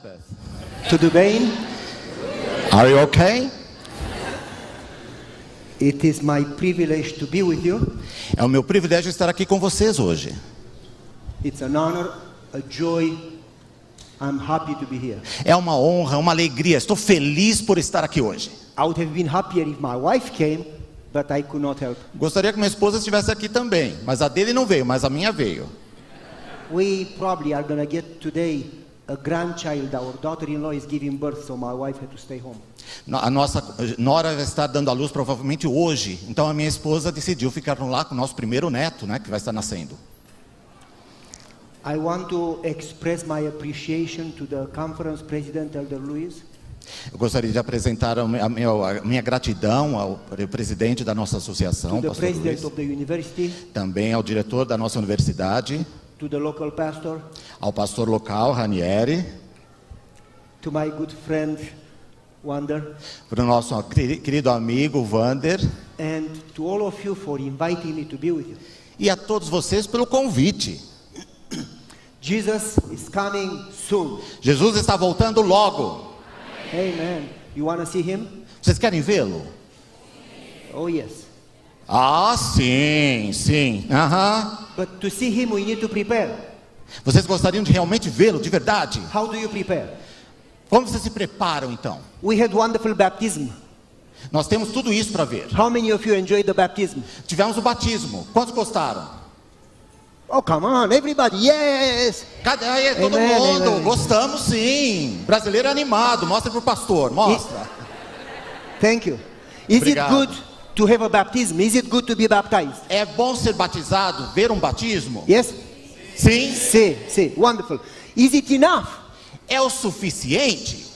Beth? Tudo bem? Are you okay? It is my privilege to be with you. É o meu privilégio estar aqui com vocês hoje. It's an honor, a joy. I'm happy to be here. É uma honra, uma alegria. Estou feliz por estar aqui hoje. I would have been happier if my wife came, but I could not help. Gostaria que minha esposa estivesse aqui também, mas a dele não veio, mas a minha veio. We probably are going to get today a grandchild. Our daughter-in-law is giving birth, so my wife had to stay home. A nossa nora vai estar dando à luz provavelmente hoje. Então a minha esposa decidiu ficar lá com o nosso primeiro neto, né, que vai estar nascendo. I want to express my appreciation to the conference president, Elder Luis. Eu gostaria de apresentar a minha gratidão ao presidente da nossa associação, To the pastor president Luiz, of the university, também ao diretor da nossa universidade, to the local pastor, ao pastor local, Ranieri, to my good friend, Wander, para o nosso querido amigo Vander, and to all of you for inviting me to be with you. e a todos vocês pelo convite. Jesus is coming soon. Jesus está voltando logo. Amen. You want to see him? Vocês querem vê-lo? Oh, yes. Ah, sim, sim. Aham. But to see him, we need to prepare. Vocês gostariam de realmente vê-lo, de verdade? How do you prepare? Como vocês se preparam então? We had wonderful baptism. Nós temos tudo isso para ver. How many of you enjoyed the baptism? Tivemos o batismo. Quantos gostaram? Oh, come on, everybody, yes! Cadê todo Amen, mundo? amen. Gostamos sim. Brasileiro animado. Mostra pro pastor. Mostra. Thank you. Is it Obrigado. good to have a baptism? Is it good to be baptized? É bom ser batizado, ver um batismo? Yes? Sim. Say, wonderful. Is it enough? É o suficiente?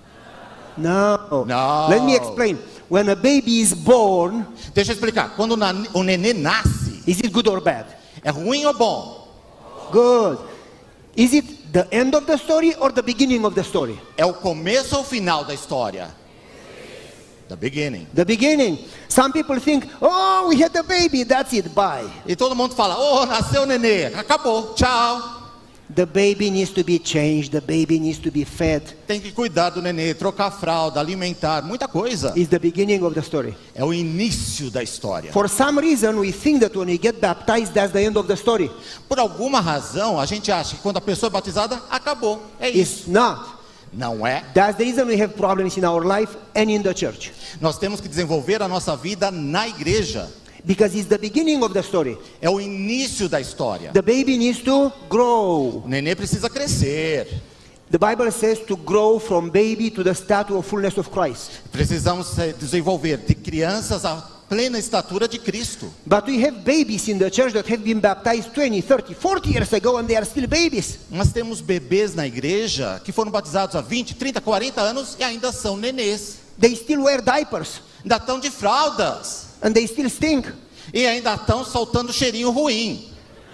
No. No. Let me explain. When a baby is born, Deixa eu explicar. Quando o nenê nasce, is it good or bad? é ruim ou bom? Good. Is it the end of the story or the beginning of the story? É o começo ou o final da história? The beginning. The beginning. Some people think, oh, we had a baby, that's it, bye. E todo mundo fala, oh, nasceu o nenê, acabou, tchau. The baby needs to be changed, the baby needs to be fed. Tem que cuidar do nenê, trocar fralda, alimentar, muita coisa. Is the beginning of the story. É o início da história. For some reason, we think that when we get baptized, that's the end of the story. Por alguma razão, a gente acha que quando a pessoa é batizada, acabou. É isso. It's not. Não é. That's the reason we have problems in our life and in the church. Nós temos que desenvolver a nossa vida na igreja. Because it's the beginning of the story. É o início da história. The baby needs to grow. O nenê precisa crescer. The Bible says to grow from baby to the stature of fullness of Christ. Precisamos desenvolver de crianças a plena estatura de Cristo. But we have babies in the church that have been baptized 20, 30, 40 years ago and they are still babies. Nós temos bebês na igreja que foram batizados há 20, 30, 40 anos e ainda são nenês. They still wear diapers Ainda estão de fraldas. and they still stink. E ainda estão soltando cheirinho ruim.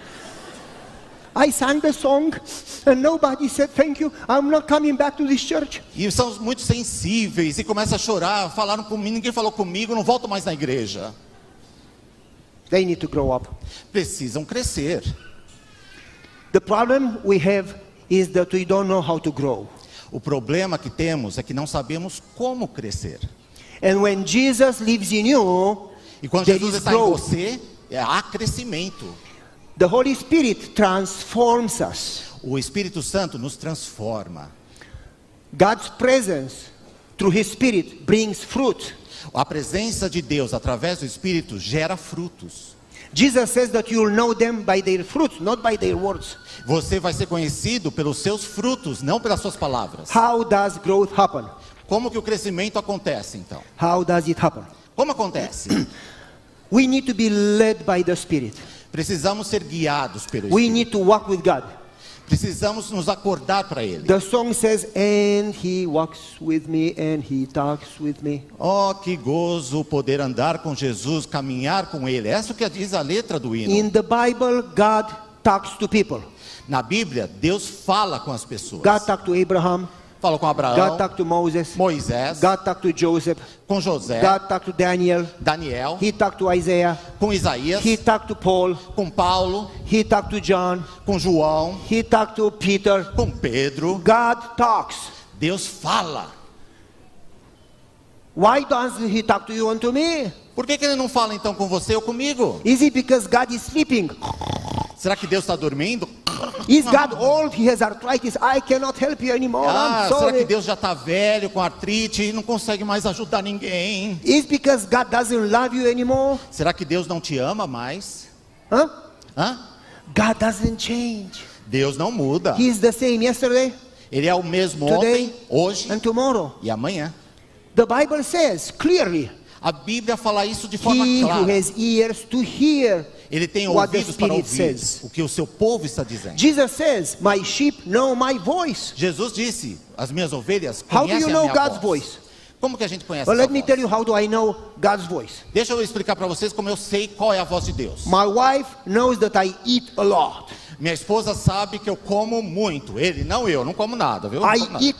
I sang the song and nobody said thank you. I'm not coming back to this church. E são muito sensíveis e começam a chorar. Falaram comigo, ninguém falou comigo, não volto mais na igreja. They need to grow up. Precisam crescer. The problem we have is that we don't know how to grow. O problema que temos é que não sabemos como crescer. And when Jesus lives in you, E quando there Jesus is está em growth. você, há crescimento. The Holy Spirit transforms us. O Espírito Santo nos transforma. God's presence through His Spirit brings fruit. A presença de Deus através do Espírito gera frutos. Jesus says that you will know them by their fruits, not by their words. Você vai ser conhecido pelos seus frutos, não pelas suas palavras. How does growth happen? Como que o crescimento acontece então? How does it happen? Como acontece? We need to be led by the Spirit. Precisamos ser guiados pelo We Espírito. need to walk with God. Precisamos nos acordar para Ele. The song says, and He walks with me and He talks with me. Oh, que gozo poder andar com Jesus, caminhar com Ele. Essa é o que diz a letra do hino. In the Bible, God talks to people. Na Bíblia, Deus fala com as pessoas. God talked to Abraham. falou com God Abraão, talked to Moses. Moisés, God talked to Joseph. com José, God talked to Daniel. Daniel, He talked to Isaiah. com Isaías, He talked to Paul. com Paulo, He talked to John. com João, He talked to Peter. com Pedro. God talks. Deus fala. Why doesn't he talk to you and to me? Por que ele não fala então com você ou comigo? Is it because God is sleeping? Será que Deus está dormindo? Is God old? He has arthritis. I cannot help you anymore. I'm Será que sorry. Deus já está velho, com artrite e não consegue mais ajudar ninguém? Is because God doesn't love you anymore? Será que Deus não te ama mais? Huh? Hã? God doesn't change. Deus não muda. He is the same yesterday, Ele é o mesmo today, ontem, hoje and tomorrow. e amanhã. The Bible says clearly, A Bíblia fala isso de forma he who clara. has ears to hear. Ele tem what the ouvidos para Spirit ouvir says. o que o seu povo está dizendo. Jesus says, my sheep know my voice. Jesus disse, as minhas ovelhas How do conhecem you a know minha God's voz. voice? Como que a gente conhece Well, essa let me voz? tell you how do I know God's voice. Deixa eu explicar para vocês como eu sei qual é a voz de Deus. My wife knows that I eat a lot. Minha esposa sabe que eu como muito. Ele, não eu, não como nada, viu? Não como nada.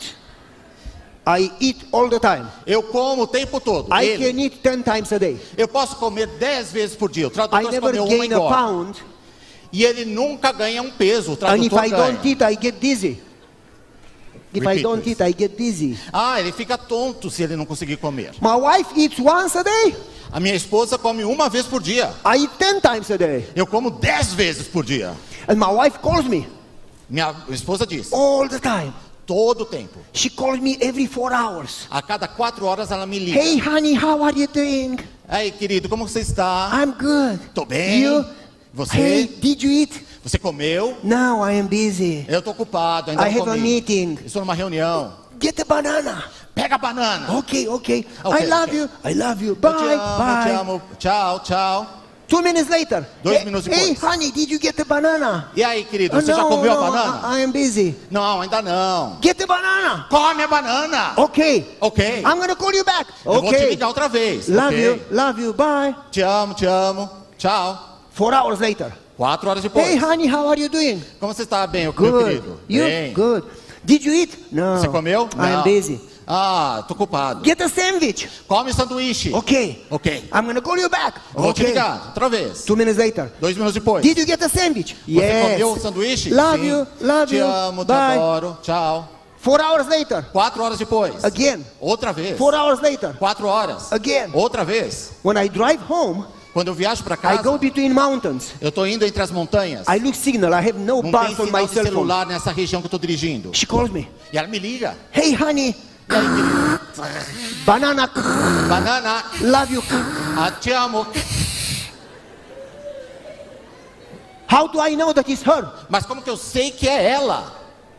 I eat all the time. Eu como o tempo todo. I Ele, can eat 10 times a day. eu posso comer 10 vezes por dia. O I tradutor never comeu uma gain a engorda. pound, E ele nunca ganha um peso. O and if tradutor I ganha. don't eat, I get dizzy. If I Repeat, don't please. eat, I get dizzy. Ele fica tonto se ele não conseguir comer. My wife eats once a day. A minha esposa come uma vez por dia. I eat 10 times a day. Eu como 10 vezes por dia. And my wife calls me Minha esposa diz, all the time. todo o tempo. She calls me every 4 hours. A cada 4 horas ela me liga. Hey, honey, how are you doing? Aí, querido, como você está? I'm good. Tô bem. You? Você? Hey, did you eat? Você comeu? No, I am busy. Eu tô ocupado, ainda I não have a comi. meeting. Estou numa reunião. Get a banana. Pega a banana. Okay. Okay, I love okay. you. I love you. Eu te Bye, amo, bye. eu te amo. Tchau, tchau. 2 minutes later. 2 minutos Hey, depois. honey, did you get the banana? E aí, querido, você já no, comeu no, a banana? I am busy. Não, ainda não. Get the banana. Come a banana. Okay. Ok. I'm gonna call you back. Eu vou te Okay. ligar outra vez. Love Ok. you. Bye. Te amo, te amo. Tchau. 4 hours later. 4 horas depois. Hey, honey, how are you doing? Como você está bem, meu Good. querido? You? Bem. Good. Did you eat? No. Você comeu? I am Não. busy. Tô ocupado. Get a sandwich. Come sanduíche. Okay. Ok. I'm gonna call you back. Eu vou te Okay. ligar outra vez. 2 minutes later. 2 minutos depois. Did you get a sandwich? Você comeu o sanduíche? Love Sim. you. Love Te you. amo, te Bye. adoro. Tchau. 4 hours later. 4 horas depois. Again. Outra vez. 4 hours later. 4 horas. Again. Outra vez. When I drive home, Quando eu viajo para I casa, go between mountains. eu tô indo entre as montanhas. I look signal. I have no Não tem bars on sinal my de cell phone. celular nessa região que eu tô dirigindo. She calls me. E ela me liga. Hey, honey. E aí, querido? Banana. Banana. Love you. Te amo. How do I know that it's her? Mas como que eu sei que é ela?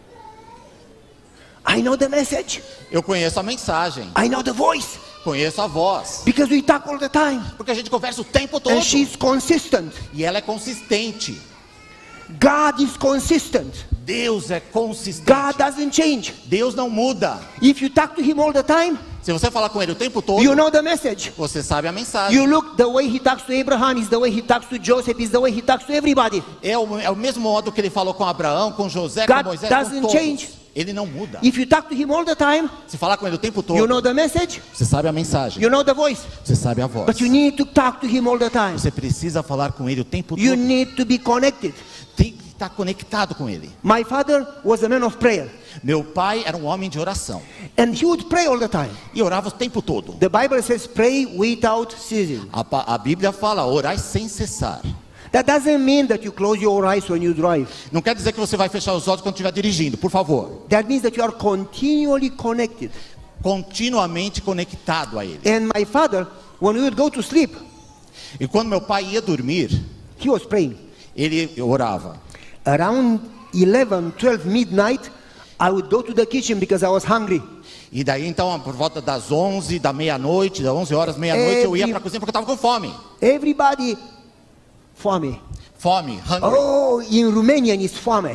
I know the message. Eu conheço a mensagem. I know the voice. Conheço a voz. Because we talk all the time. Porque a gente conversa o tempo todo. And she's consistent. E ela é consistente. God is consistent. Deus é consistente. God doesn't change. Deus não muda. If you talk to him all the time, Se você falar com ele o tempo todo, you know the message. você sabe a mensagem. You look, the way he talks to Abraham is the way he talks to Joseph, is the way he talks to everybody. É o mesmo modo que ele falou com Abraão, com José, God com Moisés, doesn't com todos. change. Ele não muda. If you talk to him all the time, Se falar com ele o tempo todo, you know the message, você sabe a mensagem. you know the voice. Você sabe a voz. But you need to talk to him all the time. Você precisa falar com ele o tempo You todo. need to be connected. Tem que estar conectado com ele. My father was a man of prayer. Meu pai era um homem de oração. And he would pray all the time. E orava o tempo todo. The Bible says pray without ceasing. A Bíblia fala, orai sem cessar. That doesn't mean that you close your eyes when you drive. Não quer dizer que você vai fechar os olhos quando estiver dirigindo, por favor. That means that you are continually connected. Continuamente conectado a ele. And my father, when we would go to sleep, E quando meu pai ia dormir, he was praying. ele orava. Around 11, 12 midnight, I would go to the kitchen because I was hungry. E daí então, por volta das 11 da meia-noite, das 11 horas, meia-noite, eu ia para a cozinha porque eu estava com fome. Everybody, fome. Fome, hungry. Oh, in Romanian it's fome.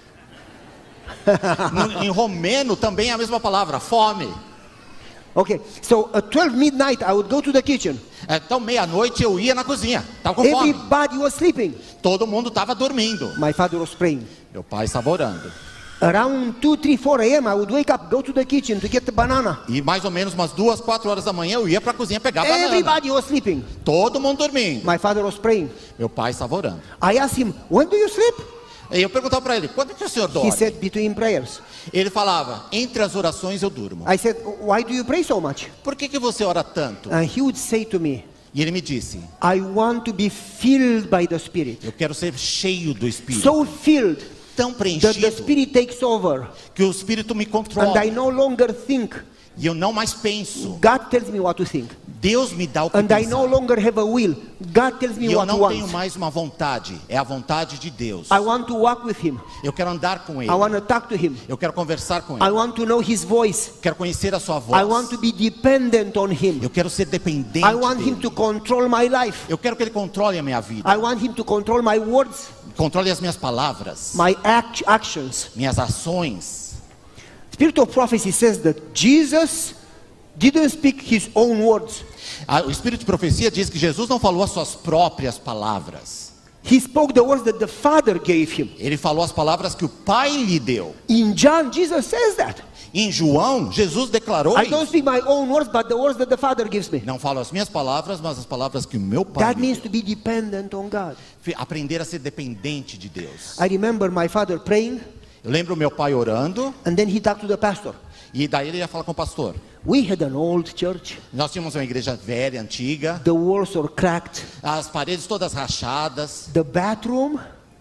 Em romeno também é a mesma palavra, fome. Okay, so at 12 midnight I would go to the kitchen. Então, meia-noite eu ia na cozinha, estava com fome. Everybody was sleeping. Todo mundo estava dormindo. My father was praying. Meu pai estava orando. Around 2, 3, 4 a.m. I would wake up, go to the kitchen to get the banana. E mais ou menos umas 2, 4 horas da manhã eu ia para a cozinha pegar a banana. Everybody was sleeping. Todo mundo dormindo. My father was praying. Meu pai estava orando. I asked him, when do you sleep? E eu perguntava para ele, quando é que o senhor He dorme? said, between prayers. Ele falava, entre as orações eu durmo. I said, why do you pray so much? Por que você ora tanto? And he would say to me, E ele me disse, I want to be filled by the Spirit. eu quero ser cheio do Espírito. So filled Tão that the preenchido Spirit takes over. que o Espírito me And I controla. no longer think. E eu não mais penso. God tells me what to think. Deus me dá o que And I no pensar. longer have a will. God tells me E eu what to não tenho want. mais uma vontade. É a vontade de Deus. I want to walk with Him. Eu quero andar com Ele. I want to talk to Him. Eu quero conversar com I Ele. want to know His voice. Quero conhecer a sua voz. I want to be dependent on Him. Eu quero ser dependente I want Him dele. to control my life. Eu quero que Ele controle a minha vida. I want Him to control my words, Controle as minhas palavras. my actions. Minhas ações. Spirit of prophecy says that Jesus didn't speak His own words. O Espírito de profecia diz que Jesus não falou as suas próprias palavras. He spoke the words that the Father gave Him. Ele falou as palavras que o Pai lhe deu. In John, Jesus says that. Em João, Jesus declarou I don't isso. speak my own words, but the words that the Father gives me. Não falo as minhas palavras, mas as palavras que o meu Pai That me means to be dependent on God. deu. Aprender a ser dependente de Deus. I remember my father praying, Eu lembro meu pai orando, and then he talked to the pastor. e daí ele ia falar com o pastor. We had an old church. Nós tínhamos uma igreja velha, antiga, The walls were cracked. as paredes todas rachadas. The bathroom,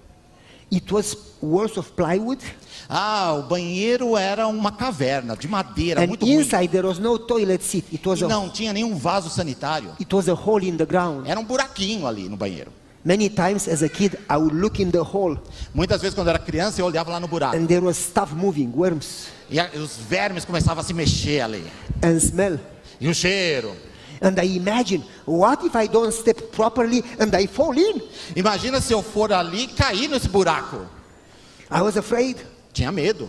it was walls of plywood. O banheiro era uma caverna de madeira, And muito ruim. inside there was no toilet seat. E não tinha nenhum vaso sanitário. It was a hole in the ground. Era um buraquinho ali no banheiro. Many times as a kid, I would look in the hole, Muitas vezes quando eu era criança eu olhava lá no buraco. and there was stuff moving, worms, E os vermes começavam a se mexer ali. and smell. E o cheiro. And I imagine, what if I don't step properly and I fall in? Imagina se eu for ali e cair nesse buraco. I was afraid. Tinha medo.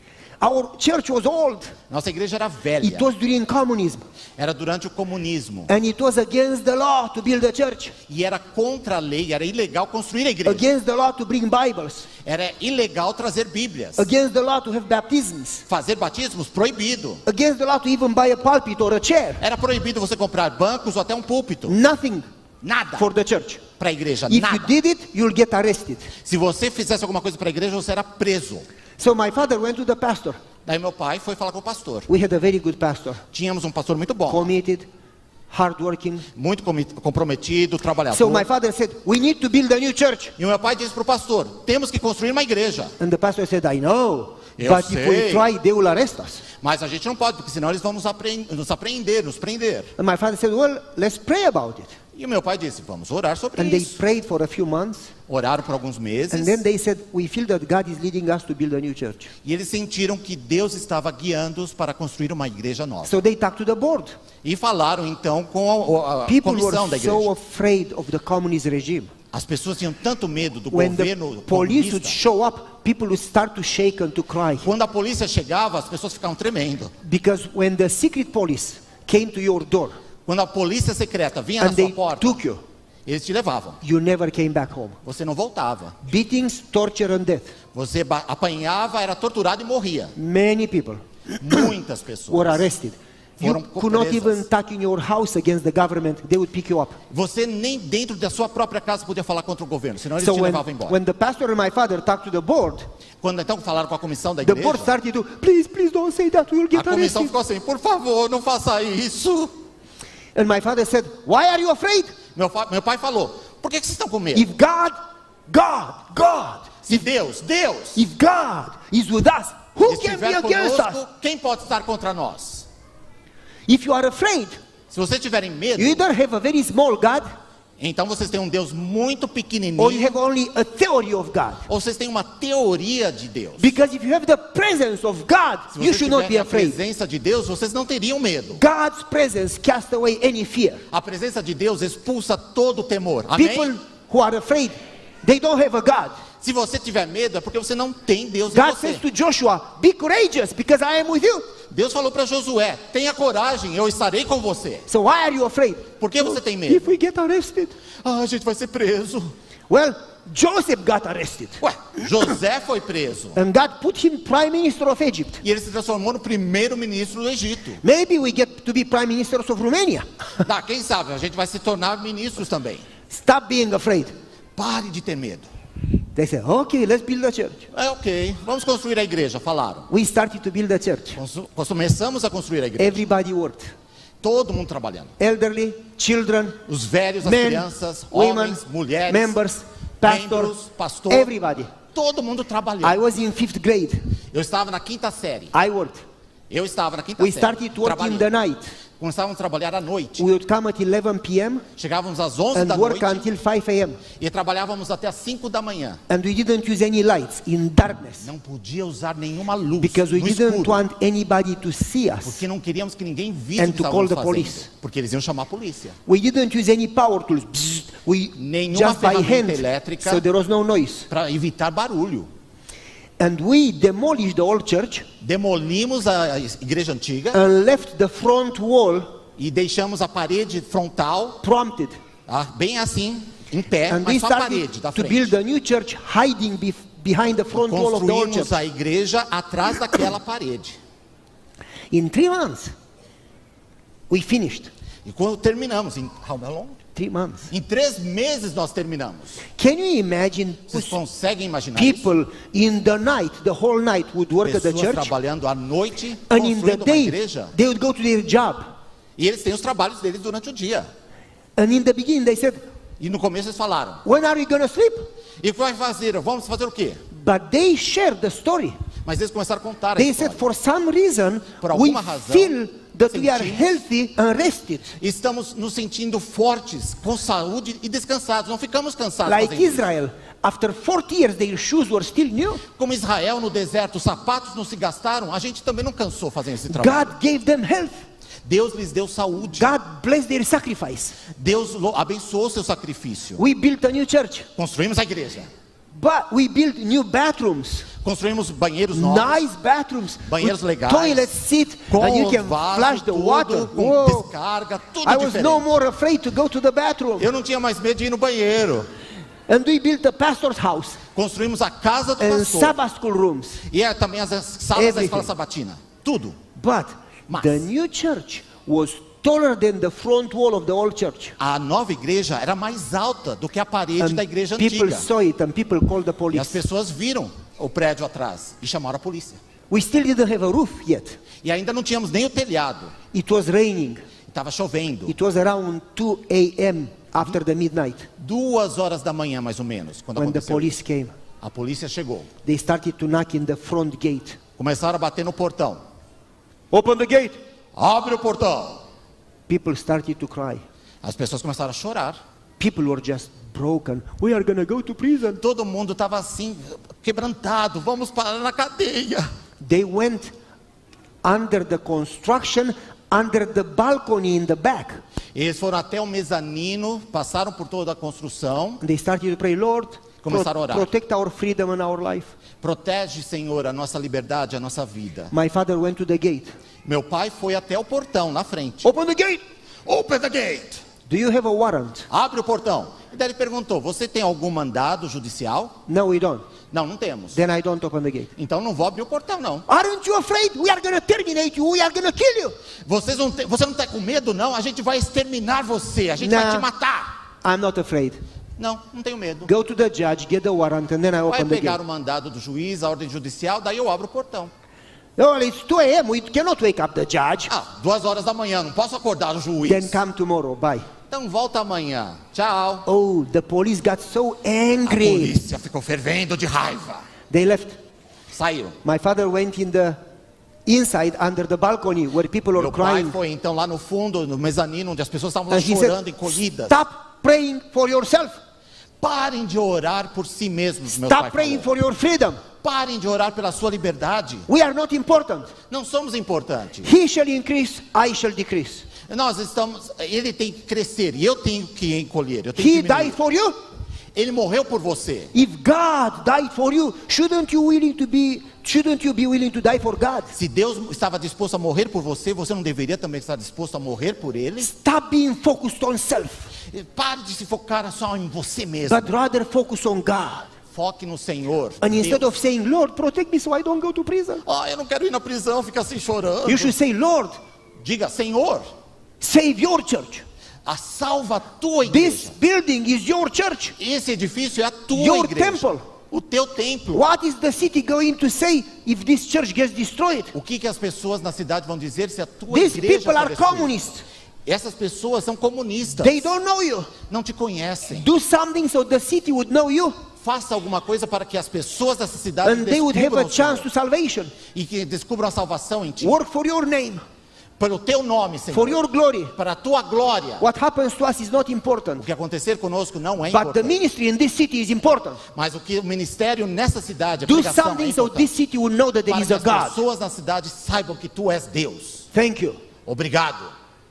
Our church was old. Nossa igreja era velha. It was during communism. Era durante o comunismo. And it was against the law to build a church. E era contra a lei, era ilegal construir a igreja. Against the law to bring Bibles. Era ilegal trazer Bíblias. Against the law to have baptisms. Fazer batismos, proibido. Against the law to even buy a pulpit or a chair. Era proibido você comprar bancos ou até um púlpito. Nothing Nada for the church. para a igreja, If you nada. did it, you'll get arrested. Se você fizesse alguma coisa para a igreja, você era preso. So my father went to the pastor. Daí meu pai foi falar com o pastor. We had a very good pastor. Tínhamos um pastor muito bom, Committed, hardworking. muito comprometido, trabalhador. So my father said, we need to build a new church. E o meu pai disse para o pastor, temos que construir uma igreja. And the pastor said, I know. Eu But if we sei. try, they will arrest us. Mas a gente não pode, porque senão eles vão nos apreender, nos prender. And my father said, well, let's pray about it. E o meu pai disse, vamos orar sobre And they isso. prayed for a few months. Oraram por alguns meses. And then they said, we feel that God is leading us to build a new church. E eles sentiram que Deus estava guiando-os para construir uma igreja nova. So they talked to the board. E falaram então com a People comissão were da igreja. so afraid of the communist regime. As pessoas tinham tanto medo do When the governo police would comunista. show up, people would start to shake and to cry. Quando a polícia chegava, as pessoas ficavam tremendo. Because when the secret police came to your door Quando a polícia secreta vinha na and sua they porta, took you, eles te levavam. you never came back home. Você não voltava. Beatings, torture and death. Você apanhava, era torturado e morria. Many people Muitas were pessoas. arrested. You Foram could not presas. even talk in your house against the government. They would pick you up. Você nem dentro da sua própria casa podia falar contra o governo, senão eles So te when, levavam embora. when the pastor and my father talked to the board, Quando então falaram com a comissão da the igreja, board started to, please don't say that, we will a get comissão arrested. ficou assim, por favor, não faça isso. And my father said, why are you afraid? Meu pai falou, por que vocês estão com medo? If God, Se Deus if God is with us, who can be estiver against conosco, us? quem pode estar contra nós? If you are afraid, Se vocês tiverem medo, you either have a very small God, então vocês têm um Deus muito or you pequenininho, have only a theory of God. ou vocês têm uma teoria de Deus. Because if you have the presence of God, Se you vocês should not be tiverem a afraid. presença de Deus, vocês não teriam medo. God's presence casts away any fear. A presença de Deus expulsa todo o temor. Amém? People who are afraid, they don't have a God. Se você tiver medo, é porque você não tem Deus em God você. says to Joshua, be courageous because I am with you. Deus falou para Josué, tenha coragem, eu estarei com você. So why are you afraid? Por que você tem If medo? we get arrested, A gente vai ser preso. Well, Joseph got arrested. Ué, José foi preso. And God put him prime minister of Egypt. E ele se transformou no primeiro ministro do Egito. Maybe we get to be prime ministers of Romania. Tá, quem sabe, a gente vai se tornar ministros também. Stop being afraid. Pare de ter medo. They said, okay, let's build a church. É ok, vamos construir a igreja, falaram. We started to build a church. Começamos a construir a igreja. Everybody worked. Todo mundo trabalhando. Elderly, children, Os velhos, as men, crianças, women, homens, mulheres, members, pastor, membros, pastor. everybody. Todo mundo I trabalhando. was in 5th grade. Eu estava na quinta série. I worked. Eu estava na quinta We série. started to work in the night. Começávamos a trabalhar à noite. We would come at 11 p.m. Chegávamos às 11 and da work noite until 5 a.m. e trabalhávamos até às 5 da manhã. And we didn't use any lights in darkness Não podia usar nenhuma luz because we no didn't escuro, want anybody to see us. porque não queríamos que ninguém visse And o que to call estávamos the fazendo, police. porque eles iam chamar a polícia. We didn't use any power tools. Bzzz. We Nenhuma just by ferramenta hand, elétrica. so there was no noise. Para evitar barulho. And we demolished the old church Demolimos a igreja antiga and left the front wall e deixamos a parede frontal, prompted. bem assim, em pé, And we mas só a started parede da to frente. build a new church hiding behind the front wall of the old Construímos church. a igreja atrás daquela parede. In 3 months, we finished. E quando terminamos, em how long? 3 months. Em 3 meses nós terminamos. Can you imagine Vocês conseguem imaginar isso? people in the night, the whole night would work at the Pessoas church, trabalhando à noite, and in the construindo uma day igreja. they would go to their job. E eles têm os trabalhos deles durante o dia. And in the beginning they said, E no começo eles falaram, when are we going to sleep? e o que vai fazer? Vamos fazer o quê? But they shared the story. Mas eles começaram a contar a They said, história. for some reason, Por we alguma razão, feel that we are sentimos- healthy and rested. Estamos nos sentindo fortes, com saúde e descansados. Não ficamos cansados. Like fazendo isso. Israel, after 40 years, their shoes were still new. Como Israel no deserto, os sapatos não se gastaram. A gente também não cansou fazendo esse trabalho. God gave them health. Deus lhes deu saúde. God blessed their sacrifice. Deus abençoou seu sacrifício. We built a new church, Construímos a igreja. but we built new bathrooms, Construímos banheiros novos. nice bathrooms, Banheiros with legais, toilet seat, com and you can vaso, flush the tudo, water. com Whoa. descarga, tudo I was diferente. no more afraid to go to the bathroom. Eu não tinha mais medo de ir no banheiro. And we built a pastor's house Construímos a casa do and pastor. Sabbath school rooms. E também as salas da Everything. escola sabatina. Tudo. But Mas- the new church was taller than the front wall of the old church. A nova igreja era mais alta do que a parede And da igreja people antiga. saw it and people called the E as police. pessoas viram o prédio atrás e chamaram a polícia. We still didn't have a roof yet. E ainda não tínhamos nem o telhado. It was raining. Estava chovendo. It was around 2 a.m. after the midnight 2 horas da manhã, mais ou menos, quando when the aconteceu. police came. A polícia chegou. They started to knock in the front gate. Começaram a bater no portão. Open the gate. Abre o portão. People started to cry. As pessoas começaram a chorar. People were just broken. We are going to go to prison. Todo mundo estava assim, quebrantado. Vamos parar na cadeia. They went under the construction, under the balcony in the back. Eles foram até o mezanino, passaram por toda a construção. And they started to pray, Lord, Começaram a orar. protect our freedom and our life. Protege, Senhor, a nossa liberdade, a nossa vida. My father went to the gate. Meu pai foi até o portão, na frente. Open the gate. Open the gate. Do you have a warrant? Abre o portão. E daí ele perguntou, você tem algum mandado judicial? No, we don't. Não, não temos. Then I don't open the gate. Então não vou abrir o portão, não. Aren't you afraid? We are going to terminate you. We are going to kill you. Você não está com medo, não? A gente vai exterminar você. A gente vai Não. te matar. I'm not afraid. Não, não tenho medo. Go to the judge, get the warrant, and then I Vai open the pegar gate. o mandado do juiz, a ordem judicial, daí eu abro o portão. Oh, it's 2 a.m. We cannot wake up the judge. 2 horas da manhã, não posso acordar o juiz. Then come tomorrow. Bye. Então volta amanhã. Tchau. Oh, the police got so A angry. polícia ficou fervendo de raiva. They left. Saíram. My father went in the inside under the balcony where people were Meu pai crying. foi então lá no fundo, no mezanino, onde as pessoas estavam lá And he chorando, said, encolhidas. stop praying for yourself. Parem de orar por si mesmos, meu pai Stop praying falou. for your freedom. Parem de orar pela sua liberdade. We are not important. Não somos importantes. He shall increase, I shall decrease. Ele tem que crescer e eu tenho que encolher. Eu tenho que He diminuir. died for you. Ele morreu por você. If God died for you, shouldn't you be willing to die for God? Se Deus estava disposto a morrer por você, você não deveria também estar disposto a morrer por Ele? Stop being focused on self, Pare de se focar só em você mesmo. but rather focus on God. Foque no Senhor. And instead Deus. of saying, Lord, protect me so I don't go to prison, Eu não quero ir na prisão, fica assim chorando. you should say, Lord, Diga, Senhor, save your church. salva a tua This igreja. building is your church. Esse edifício é a tua Your igreja. temple. O teu templo. What is the city going to say if this church gets destroyed? O que as pessoas na cidade vão dizer se a tua These igreja people for are destruída? communists. Essas pessoas são comunistas. They don't know you. Não te conhecem. Do something so the city would know you, Faça alguma coisa para que as pessoas dessa cidade and they would have descubram a o chance Senhor. to salvation. E que descubram a salvação em ti. Work for your name, Pelo teu nome, Senhor. for your glory. Para a tua glória. What happens to us is not important, O que acontecer conosco não é but the importante. ministry in this city is important. Mas o que o ministério nessa cidade, a Do pregação é something so importante. this city will know that there Para is que a as God. pessoas na cidade saibam que tu és Deus. Thank you. Obrigado.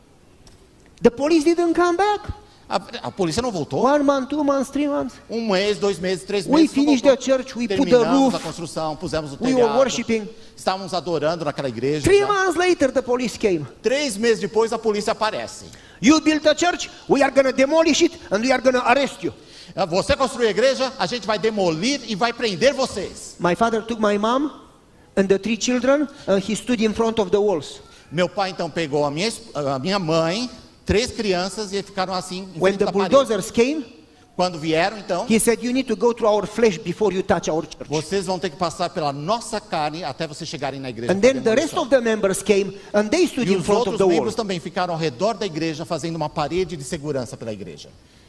The police didn't come back. A polícia não voltou. 1 month, 2 months, 3 months. 1 mês, 2 meses, 3 We meses. não finished voltou. the church, we put the Terminamos roof, a construção, pusemos o we were telhado. worshiping. Estávamos adorando naquela igreja. 3 já. months later, the police came. 3 meses depois a polícia aparece. You built a church, we are going to demolish it and we are going to arrest you. Você construiu a igreja, a gente vai demolir e vai prender vocês. My father took my mom and the 3 children and he stood in front of the walls. Meu pai então pegou a minha mãe, 3 crianças e ficaram assim em When frente the da parede. bulldozers came, Quando vieram então, he said, you need to go through our flesh before you touch our church. vocês vão ter que passar pela nossa carne até vocês chegarem na igreja. And then the rest of the members came and they stood E in os front of outros the wall. membros também ficaram ao redor da igreja fazendo uma parede de segurança pela igreja.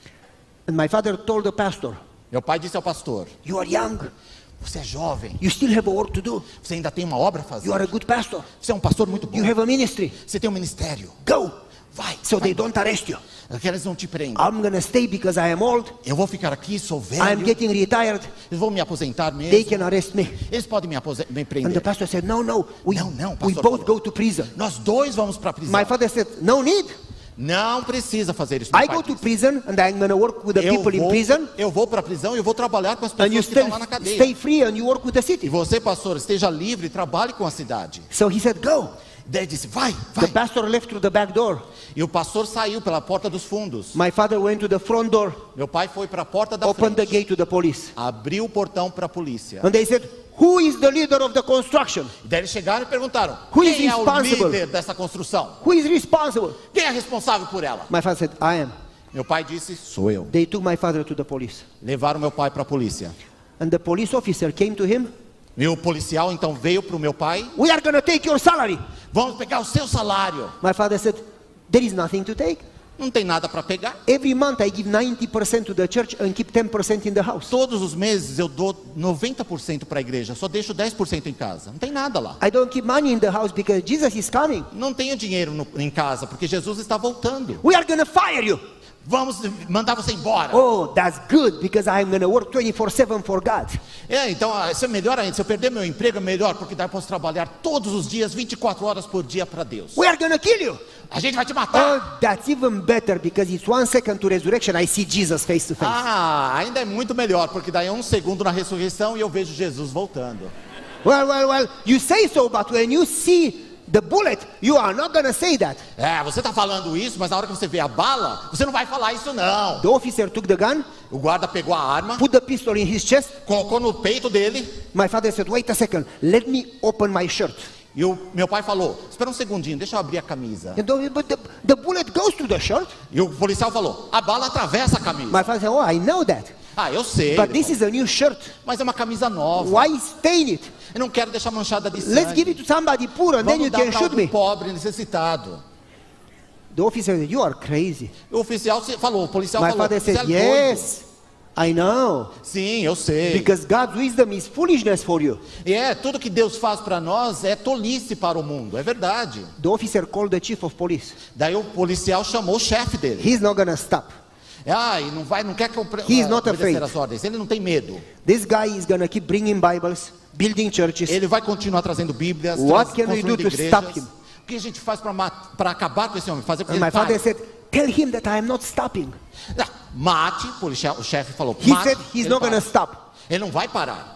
And my father told the pastor, Meu pai disse ao pastor: you are young, você é jovem, you still have a work to do. você ainda tem uma obra a fazer. You are a good pastor. Você é um pastor muito bom. You have a ministry. Você tem um ministério. Go, Vai, so vai. they don't arrest you. Que eles não te prendam. I'm going to stay because I am old. Eu vou ficar aqui, sou velho. I'm getting retired. Eles vão me aposentar mesmo. They can arrest me. Eles podem me And the prender. pastor said, no, we Não, we pastor both falou. go to prison. Nós dois vamos para a prisão. My father said, no need. Não precisa fazer isso. Meu I pai go to disse. prison and I'm going to work with the people in prison. Eu vou para a prisão e eu vou trabalhar com as And you pessoas que estão still lá na cadeia. stay free and you work with the E city. você, pastor, esteja livre e trabalhe com a cidade. So he said, go. Daí disse, vai, The vai. pastor left through the back door. E o pastor saiu pela porta dos fundos. My father went to the front door, Meu pai foi para a porta da opened the frente. gate to the police. Abriu o portão para a polícia. And they said, who is the leader of the construction? E daí eles chegaram e perguntaram: Who is quem é o responsible? líder dessa construção? Who is responsible? Quem é responsável por ela? My father said, I am. Meu pai disse: sou eu. They took my father to the police. Levaram meu pai para a polícia. And the police officer came to him. E o policial então veio para o meu pai. We are going to take your salary. Vamos pegar o seu salário. My father said, there is nothing to take. Não tem nada para pegar. Every month I give 90% to the church and keep 10% in the house. Todos os meses eu dou 90% para a igreja. Só deixo 10% em casa. Não tem nada lá. I don't keep money in the house because Jesus is coming. Não tenho dinheiro em casa porque Jesus está voltando. We are going to fire you. Vamos mandar você embora. Oh, that's good because I'm going to work 24/7 for God. Então isso é melhor ainda. Se eu perder meu emprego é melhor porque daí eu posso trabalhar todos os dias, 24 horas por dia para Deus. We are going to kill you. A gente vai te matar. Oh, that's even better because it's 1 second to resurrection. I see Jesus face to face. Ainda é muito melhor, porque daí é 1 segundo na ressurreição e eu vejo Jesus voltando. Well, you say so, but when you see the bullet, you are not going to say that. Você está falando isso, mas na hora que você vê a bala, você não vai falar isso não. The officer took the gun, O guarda pegou a arma, put the pistol in his chest. colocou no peito dele, My father said, wait a second, let me open my shirt. e o meu pai falou: espera um segundinho, deixa eu abrir a camisa. But the bullet goes to the shirt. E o policial falou: a bala atravessa a camisa. My father said, oh, I know that. Eu sei, But this is a new shirt. mas é uma camisa nova. Why stain it? Eu não quero deixar manchada de sangue. Let's give it to somebody poor and then Vamos you dar can para shoot algum me. pobre necessitado. The officer said, you are crazy. O oficial falou, o policial My falou: father você é said, doido. yes, I know. Sim, eu sei. Because God's wisdom is foolishness for you. Tudo que Deus faz para nós é tolice para o mundo, é verdade. The officer called the chief of police. Daí o policial chamou o chefe dele. He's not going to stop. E não quer He is not obedecer afraid. as ordens, ele não tem medo. This guy is going to keep bringing Bibles, building churches. Ele vai continuar trazendo Bíblias, What can we do construindo to igrejas. stop him? O que a gente faz para acabar com esse homem? Fazer com que And ele my father pare. said, tell him that I am not stopping. Mate, o chefe falou, He mate. said he's Ele not para. going to stop. Ele não vai parar.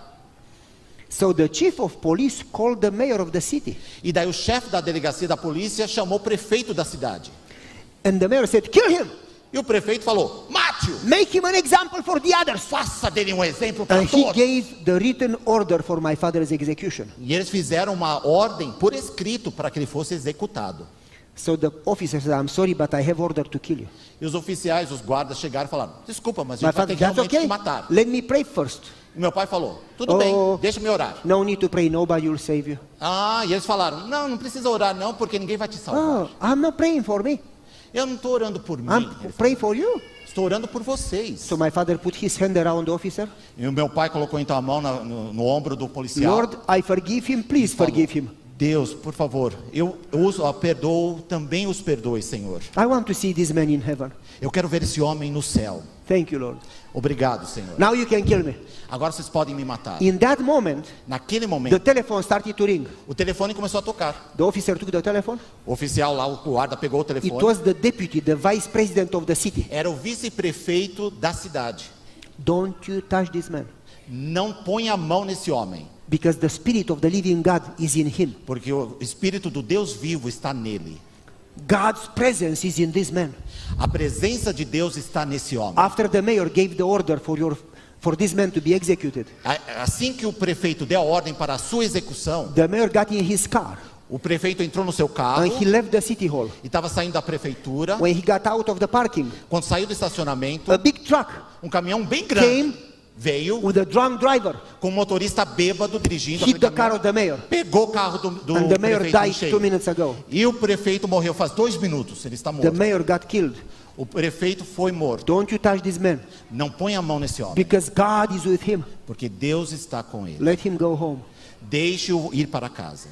So the chief of police called the mayor of the city. E daí o chefe da delegacia da polícia chamou o prefeito da cidade. And the mayor said, kill him. E o prefeito falou, mate-o. Make him an example for the others. Faça dele um exemplo para And he todos. gave the written order for my father's execution. E eles fizeram uma ordem por escrito para que ele fosse executado. So the officer said, I'm sorry, but I have order to kill you. E os oficiais, os guardas chegaram e falaram, desculpa, mas a My gente vai ter father, que that's realmente okay. te matar. Let me pray first. E meu pai falou, tudo Oh. bem, deixa-me orar. No need to pray, nobody will save you. E eles falaram, não precisa orar não, porque ninguém vai te salvar. Oh, I'm not praying for me. Eu não estou orando por mim, I'm praying for you. estou orando por vocês. So my father put his hand around the officer. E o meu pai colocou então a mão no ombro do policial. Lord, I forgive him. Please Falou, forgive him. Deus, por favor, eu perdoo, também os perdoe, Senhor. I want to see this man in heaven. Eu quero ver esse homem no céu. Thank you, Lord. Obrigado, Senhor. Now you can kill me. Agora vocês podem me matar. In that moment, Naquele the momento, telephone started to ring. o telefone começou a tocar. The officer took the telephone. O oficial lá, o guarda, pegou o It telefone. was the deputy, the vice president of the city. Era o vice-prefeito da cidade. Don't you touch this man, Não põe a mão nesse homem, because the spirit of the living God is in him. porque o Espírito do Deus vivo está nele. God's presence is in this man. A presença de Deus está nesse homem. After the mayor gave the order for this man to be executed, Assim que o prefeito deu a ordem para a sua execução, the mayor got in his car o prefeito entrou no seu carro and he left the city hall. e estava saindo da prefeitura. When he got out of the parking, Quando saiu do estacionamento, a big truck um caminhão bem grande came veio with a drunk driver, com um motorista bêbado dirigindo hit aquele the car caminhão, of the mayor, pegou o carro do and the mayor prefeito em died cheio. 2 minutes ago. E o prefeito morreu faz 2 minutos, ele está The morto. mayor got killed. O prefeito foi morto. Don't you touch this man, Não põe a mão nesse homem, because God is with him. porque Deus está com ele. Let him go home. Deixe-o ir para casa.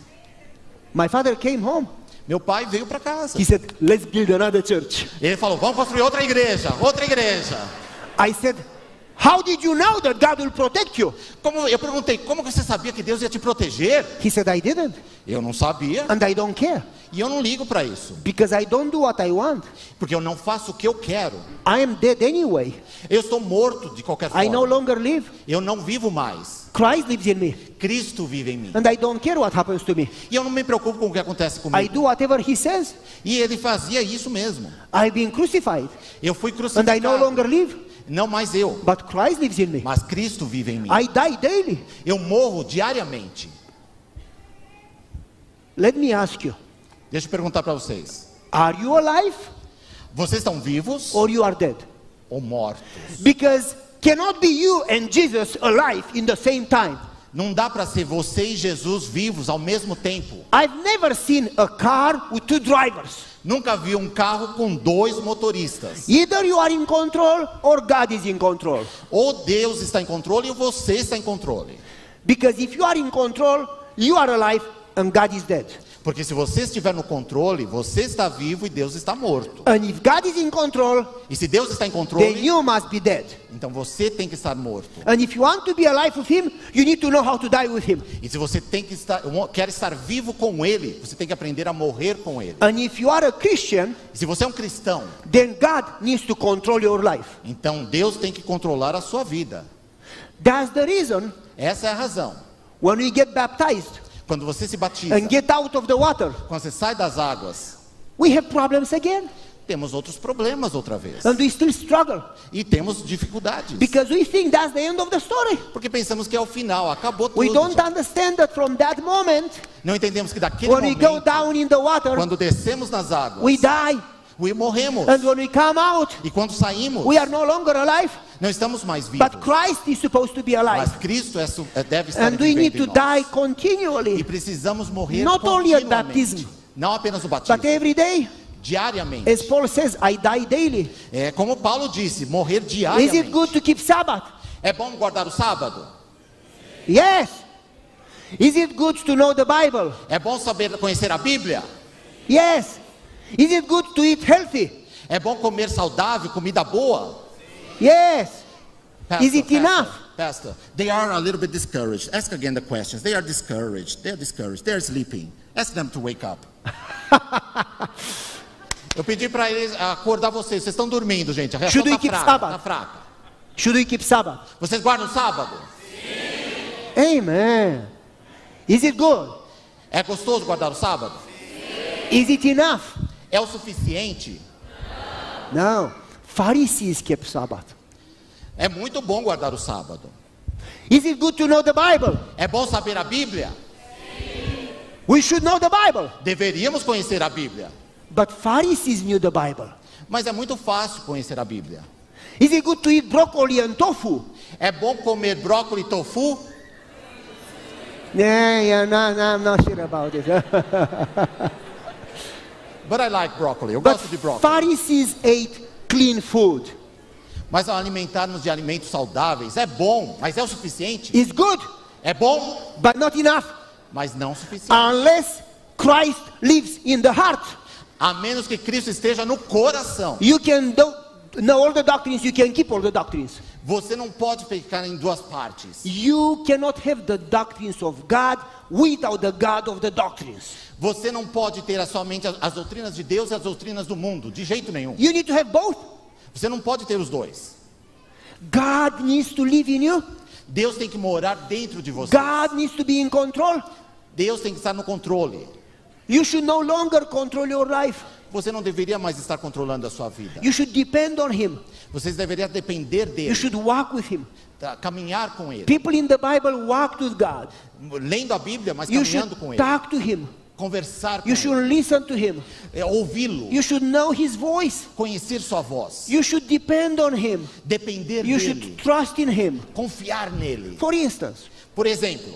My father came home. Meu pai veio para casa. He said, let's build another church. Ele falou, vamos construir outra igreja, outra igreja. I said, how did you know that God will protect you? Eu perguntei, como você sabia que Deus ia te proteger? He said, I didn't, Eu não sabia, and I don't care, e eu não ligo para isso, because I don't do what I want. porque eu não faço o que eu quero. I am dead anyway. Eu estou morto de qualquer I no forma. longer live. Eu não vivo mais. Christ lives in me, Cristo vive em mim. and I don't care what happens to me. E eu não me preocupo com o que acontece I comigo. do whatever he says. E ele fazia isso mesmo. I've been crucified, Eu fui and I no crucificado. longer live, Não mais eu, but Christ lives in me. mas Cristo vive em mim. I die daily. Eu morro diariamente. Let me ask you, Deixa eu perguntar para vocês. are you alive Vocês estão vivos or you are dead? ou mortos? Because cannot be you and Jesus alive in the same time. Não dá para ser você e Jesus vivos ao mesmo tempo. I've never seen a car with 2 drivers. Nunca vi um carro com 2 motoristas. Either you are in control or God is in control. Ou Deus está em controle ou você está em controle. Because if you are in control, you are alive and God is dead. Porque se você estiver no controle, você está vivo e Deus está morto. And if God is in control, E se Deus está em then controle, you must be dead. então você tem que estar morto. And if you want to be alive with Him, you need to know how to die with Him. E se você quer estar vivo com Ele, você tem que aprender a morrer com Ele. And if you are a Christian, E se você é um cristão, then God needs to control your life. então Deus tem que controlar a sua vida. That's the reason Essa é a razão. when we get baptized Quando você se batiza, and get out of the water, quando você sai das águas, we have problems again. temos outros problemas outra vez. And we still struggle. E temos dificuldades. Because we think that's the end of the story. Porque pensamos que é o final, acabou We tudo. don't understand that from that moment, Não entendemos que daquele when we go momento, down in the water, quando descemos nas águas, we die. morremos. And when we come out, E quando saímos, we are no longer alive. não estamos mais vivos. But Christ is supposed to be Mas alive. Cristo deve estar And we need vivendo to em nós. die continually. E precisamos morrer Not only at continuamente. baptism, Não apenas no batismo, but every day. diariamente. As Paul says, I die daily. É como Paulo disse, morrer Is diariamente. it good to keep Sabbath? É bom guardar o sábado? Yes. Is it good to know the Bible? É bom saber conhecer a Bíblia? Yes. Is it good to eat healthy? É bom comer saudável, comida boa? Yes. Pastor, Is it enough? Pastor, they are a little bit discouraged. Ask again the questions. They are discouraged. They are discouraged. They are sleeping. Ask them to wake up. Eu pedi para eles acordar vocês. Vocês estão dormindo, gente. A reação Should we está keep fraca, Sabbath? tá fraca. Should we keep Sabbath? Vocês guardam o sábado? Amen. Is it good? É gostoso guardar o sábado? Is it enough? É o suficiente? No. Pharisees kept Sabbath. É muito bom guardar o sábado. Is it good to know the Bible? É bom saber a Bíblia? We should know the Bible. Deveríamos conhecer a Bíblia. But Pharisees knew the Bible. Mas é muito fácil conhecer a Bíblia. Is it good to eat broccoli and tofu? É bom comer brócolis e tofu? Yeah, no, I'm not sure about it. But I like broccoli. Eu But gosto de brócolis. Pharisees ate clean food. Mas ao alimentar-nos de alimentos saudáveis é bom, mas é o suficiente? It's good, É bom, but not enough. mas não o suficiente. Unless Christ lives in the heart. A menos que Cristo esteja no coração. You can know all the doctrines, you can keep all the doctrines. Você não pode ficar em duas partes. You cannot have the doctrines of God without the God of the doctrines. Você não pode ter somente as doutrinas de Deus e as doutrinas do mundo, de jeito nenhum. You need to have both. Você não pode ter os dois. God needs to live in you. Deus tem que morar dentro de você. God needs to be in control. Deus tem que estar no controle. You should no longer control your life. Você não deveria mais estar controlando a sua vida. You should depend on Him. Você deveria depender You dele, should walk with Him. caminhar com ele. People in the Bible walked with God. Lendo a Bíblia, mas You caminhando should com ele. talk to Him. Conversar com You ele. should listen to Him. Ouvi-lo. You should know His voice. Conhecer sua voz. You should depend on Him. Depender You dele. should trust in Him. Confiar nele. For instance, Por exemplo,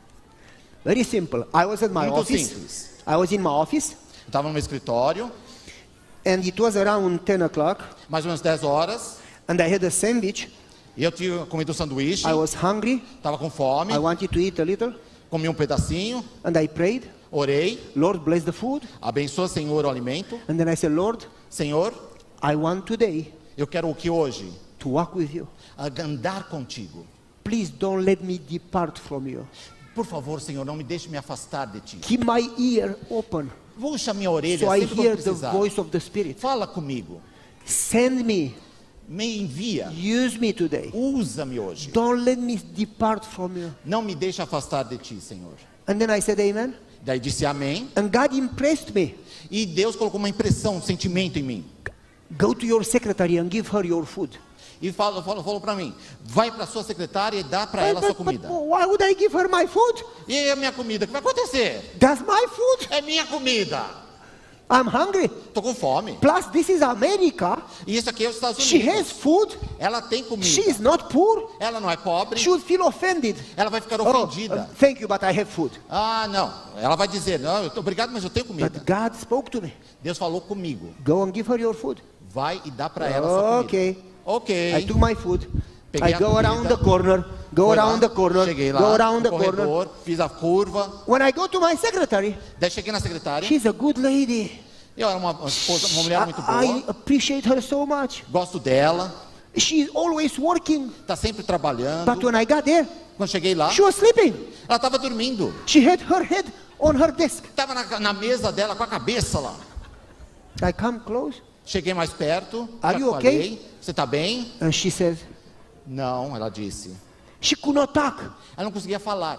very simple. I was at my muito office. simples. I was in my office, Eu estava no meu escritório, and it was around 10 o'clock, mais ou menos 10 horas, and I had a sandwich. e eu tinha comido um sanduíche, I was hungry. estava com fome, I wanted to eat a little, comi um pedacinho, and I prayed. orei, Lord, bless the food. abençoa, Senhor, o alimento. And then I said, Lord, Senhor, I want today eu quero o que hoje? to walk with you. Andar contigo. Please don't let me depart from you. Por favor, Senhor, não me deixe me afastar de ti. Keep my ear open Puxa minha orelha so I sempre que eu hear the precisar. voice of the Spirit. Fala comigo. Send me. Me envia. Use me today. Usa-me hoje. Don't let me depart from you. Não me deixe afastar de ti, Senhor. And then I said, Amen. Daí disse amém. And God impressed me. E Deus colocou uma impressão, um sentimento em mim. Go to your secretary and give her your food. E falou para mim, vai para sua secretária e dá para ela a sua comida. Why would I give her my food? E a minha comida, o que vai acontecer? That's my food. É minha comida. I'm hungry. Tô com fome. Plus, this is America. E isso aqui é os Estados She Unidos. has food. Ela tem comida. She is not poor. Ela não é pobre. She would feel offended. Ela vai ficar Oh, ofendida. thank you, but I have food. Ah, não. Ela vai dizer, não, obrigado, mas eu tenho comida. But God spoke to me. Deus falou comigo. Go and give her your food. Vai e dá para ela a sua comida. Okay. Ok. I took my food. Peguei I a go comida. around the corner. Go Fui lá, around the corner. cheguei lá, Go around no the corner. corredor, fiz a curva. When I go to my secretary, Daí cheguei na secretária. she's a good lady. Eu era uma esposa, uma mulher muito boa. I appreciate her so much. Gosto dela. She's always working. Tá sempre trabalhando. But when I got there, Quando cheguei lá, she was sleeping. ela estava dormindo. She had her head on her desk. Estava na mesa dela com a cabeça lá. I come close, Cheguei mais perto. Are já you falei, okay? Você está bem? and she says, Não, ela disse. she could not talk. Ela não conseguia falar.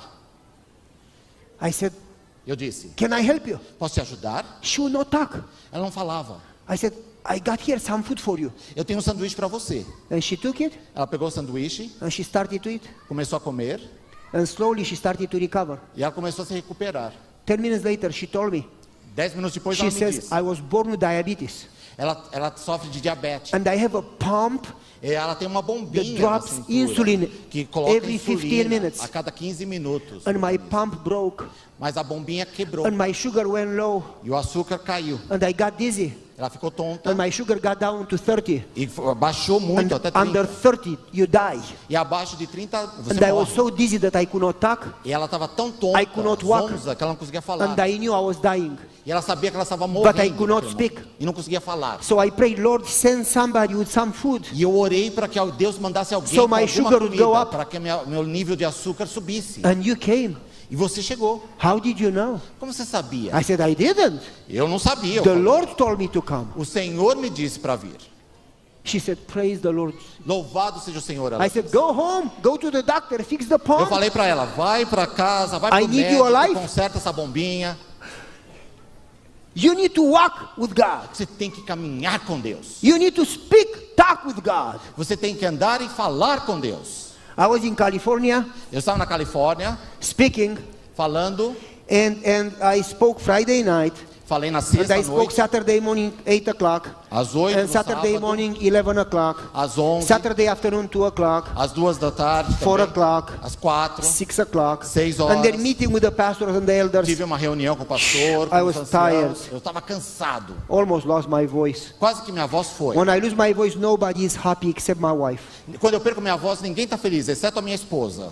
I said, Eu disse, can I help you? posso te ajudar? She would not talk. Ela não falava. I said, I got here some food for you. Eu tenho um sanduíche para você. And she took it, Ela pegou o sanduíche, and she started to eat. começou a comer And slowly she started to recover. e ela começou a se recuperar. 10 minutes later, she told me, 10 minutos depois she ela me says, disse. I was born with diabetes. Ela sofre de diabetes. And I have a pump E ela tem uma bombinha that na drops cintura, insulin que coloca every 15 insulina minutes. a cada 15 minutos. And my pump broke. Mas a bombinha quebrou And my sugar went low. e o açúcar caiu. And I got dizzy. Ela ficou tonta And my sugar got down to 30. e baixou muito And até 30. under 30, you die. E abaixo de 30 você And I was morre. so dizzy that I could not talk. E ela estava tão tonta, I could not walk. zonza, que ela não conseguia falar. And I knew I was dying. E ela sabia que ela estava But morrendo. I could not naquele speak. momento. E não conseguia falar. So I prayed, Lord, send somebody with some food. E eu orei para que Deus mandasse alguém So com my alguma sugar would go comida, up. para que meu nível de açúcar subisse. And you came. E você chegou. How did you know? Como você sabia? I said, I didn't. Eu não sabia. Eu The falei. Lord told me to come. O Senhor me disse para vir. She said, praise the Lord. Louvado seja o Senhor. Ela I said, go home, go to the doctor, fix the Eu pond. falei para ela, vai para casa, vai I pro need you médico, alive. conserta essa bombinha. You need to walk with God. Você tem que caminhar com Deus. You need to speak, talk with God. Você tem que andar e falar com Deus. I was in California Eu estava na Califórnia, speaking, falando, and I spoke Friday night, falei na and sexta I spoke noite, Saturday morning 8 o'clock, às 8 and no Saturday sábado, morning 11 o'clock, às 11, Saturday afternoon 2 o'clock, às 2 da tarde, 4 também, o'clock, às 4. 6 o'clock, 6 and horas. then meeting with the pastors and the elders. Tive uma reunião com o pastor, I com os was anciãos. tired. Eu estava cansado. Almost lost my voice. Quase que minha voz foi. When I lose my voice, nobody is happy except my wife. Quando eu perco minha voz, ninguém está feliz, exceto a minha esposa.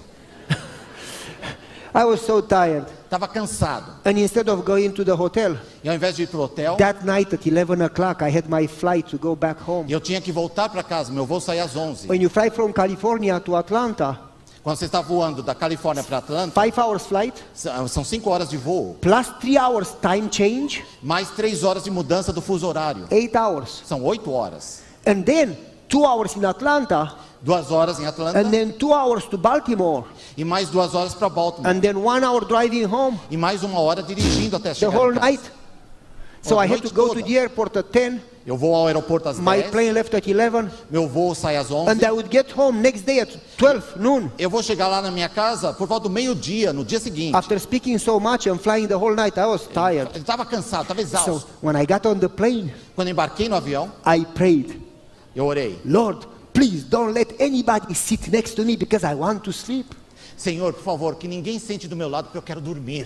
I was so tired. Estava cansado. And instead of going to the hotel, E ao invés de ir para o hotel, that night at 11 o'clock, I had my flight to go back home. eu tinha que voltar para casa. Meu voo saía às 11. When you fly from California to Atlanta, Quando você está voando da Califórnia para Atlanta, 5 hours flight, são 5 horas de voo, plus 3 hours time change, mais 3 horas de mudança do fuso horário. 8 hours. São 8 horas. And then 2 hours in Atlanta, 2 horas em Atlanta and then 2 hours to Baltimore, e mais 2 horas para Baltimore. and then 1 hour driving home E mais 1 hora dirigindo até the chegar whole em casa. night. So A I had noite to go to toda. the airport at 10. Eu vou ao aeroporto às My 10, plane left at 11, meu voo sai às 11. and I would get home next day at 12 noon. Eu vou chegar lá na minha casa por volta do meio-dia, no dia seguinte. After speaking so much and flying the whole night, I was tired. Eu estava cansado, estava So exausto. when I got on the plane, Quando embarquei no avião, I prayed, eu orei. Lord, please don't let anybody sit next to me because I want to sleep. Senhor, por favor, que ninguém sente do meu lado porque eu quero dormir.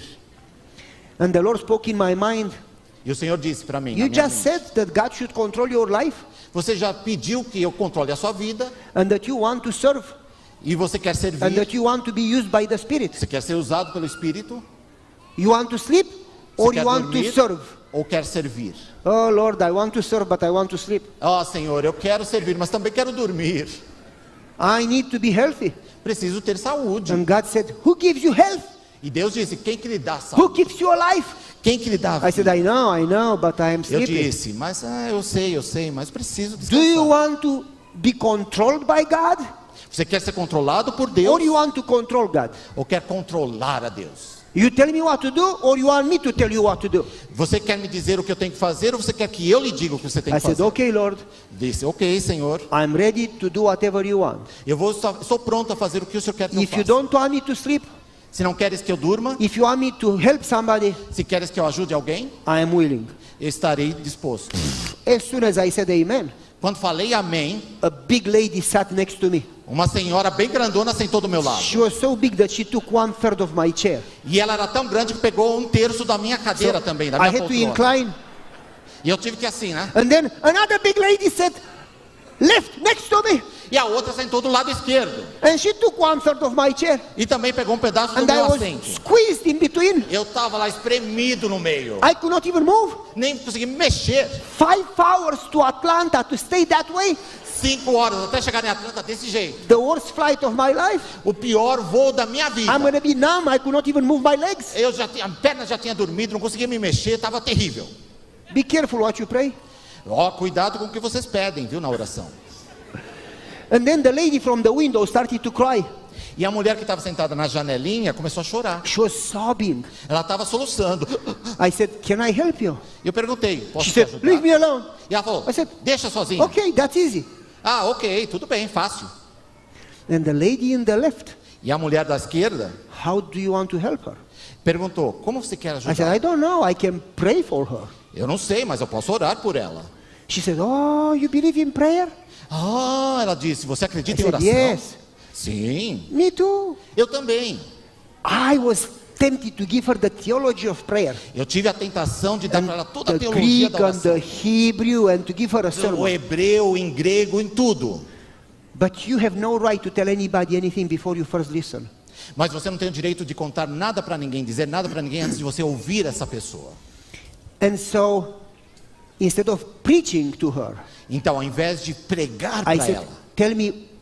And the Lord spoke in my mind, E o Senhor disse para mim, na you minha just mente, said that God should control your life você já pediu que eu controle a sua vida and that you want to serve e você quer and servir, that you want to be used by the Spirit. você quer ser usado pelo Espírito, You want to sleep or você you quer want to dormir serve? ou quer servir. Oh Lord, I want to serve, but I want to sleep. Senhor, eu quero servir, mas também quero dormir. I need to be healthy. Preciso ter saúde. And God said, who gives you health? E Deus disse, quem que lhe dá Who saúde? gives you a life? Quem que lhe dá I said, vida? I know, but I am Eu sleeping. disse, mas eu sei, mas preciso Do you descansar. want to be controlled by God Você quer ser controlado por or Deus you want to control God? ou quer controlar a Deus? You tell me what to do or you want me to tell you what to do? Você quer me dizer o que eu tenho que fazer ou você quer que eu lhe diga o que você tem I que said, fazer? okay, Lord, Disse, ok, Senhor, I'm ready to do whatever you want. estou pronto a fazer o que o Senhor quer que eu If you faça. don't want me to sleep, Se não queres que eu durma, if you want me to help somebody, se queres que eu ajude alguém, I am willing. eu estarei disposto. As soon as I said amen, Quando falei amém, a big lady sat next to me. uma senhora bem grandona sentou do meu lado. She was so big that she took 1/3 of my chair. E ela era tão grande que pegou 1/3 da minha cadeira também, da I minha had to poltrona. incline. E eu tive que assim, né? And then another big lady sat left next to me. E a outra sentou do lado esquerdo. And she took 1/3 of my chair. E também pegou um pedaço do And I meu was assento. squeezed in between. Eu estava lá espremido no meio. I could not even move. Nem consegui me mexer. 5 hours to Atlanta to stay that way. 5 horas até chegar em Atlanta desse jeito. The worst flight of my life. O pior voo da minha vida. I'm going to be numb. I could not even move my legs. A perna já tinha dormido, não conseguia me mexer, estava terrível. Be careful what you pray. Cuidado com o que vocês pedem, viu, na oração. And then the lady from the window started to cry. E a mulher que estava sentada na janelinha começou a chorar. She was sobbing. Ela estava soluçando. I said, can I help you? E eu perguntei, posso She te said, ajudar? leave me alone. E ela falou, I said, deixa sozinho. Okay, that's easy. Ok, tudo bem, fácil. And the lady in the left, E a mulher da esquerda how do you want to help her? perguntou, como você quer I said, ajudar? I don't know. I can pray for her. Eu não sei, mas eu posso orar por ela. She said, oh, you believe in prayer? Ela disse, você acredita I em said, oração? yes. Sim, Me too. eu também. I was tempted to give her the theology of prayer. Eu tive a tentação de dar para ela toda a The teologia Greek da and oração. the Hebrew and to give her a O sermon. hebreu, em grego, em tudo. But you have no right to tell anybody anything before you first listen. Mas você não tem o direito de contar nada para ninguém, dizer nada para ninguém antes de você ouvir essa pessoa. And so, instead of preaching to her, Então, ao invés de pregar I para said, ela, tell me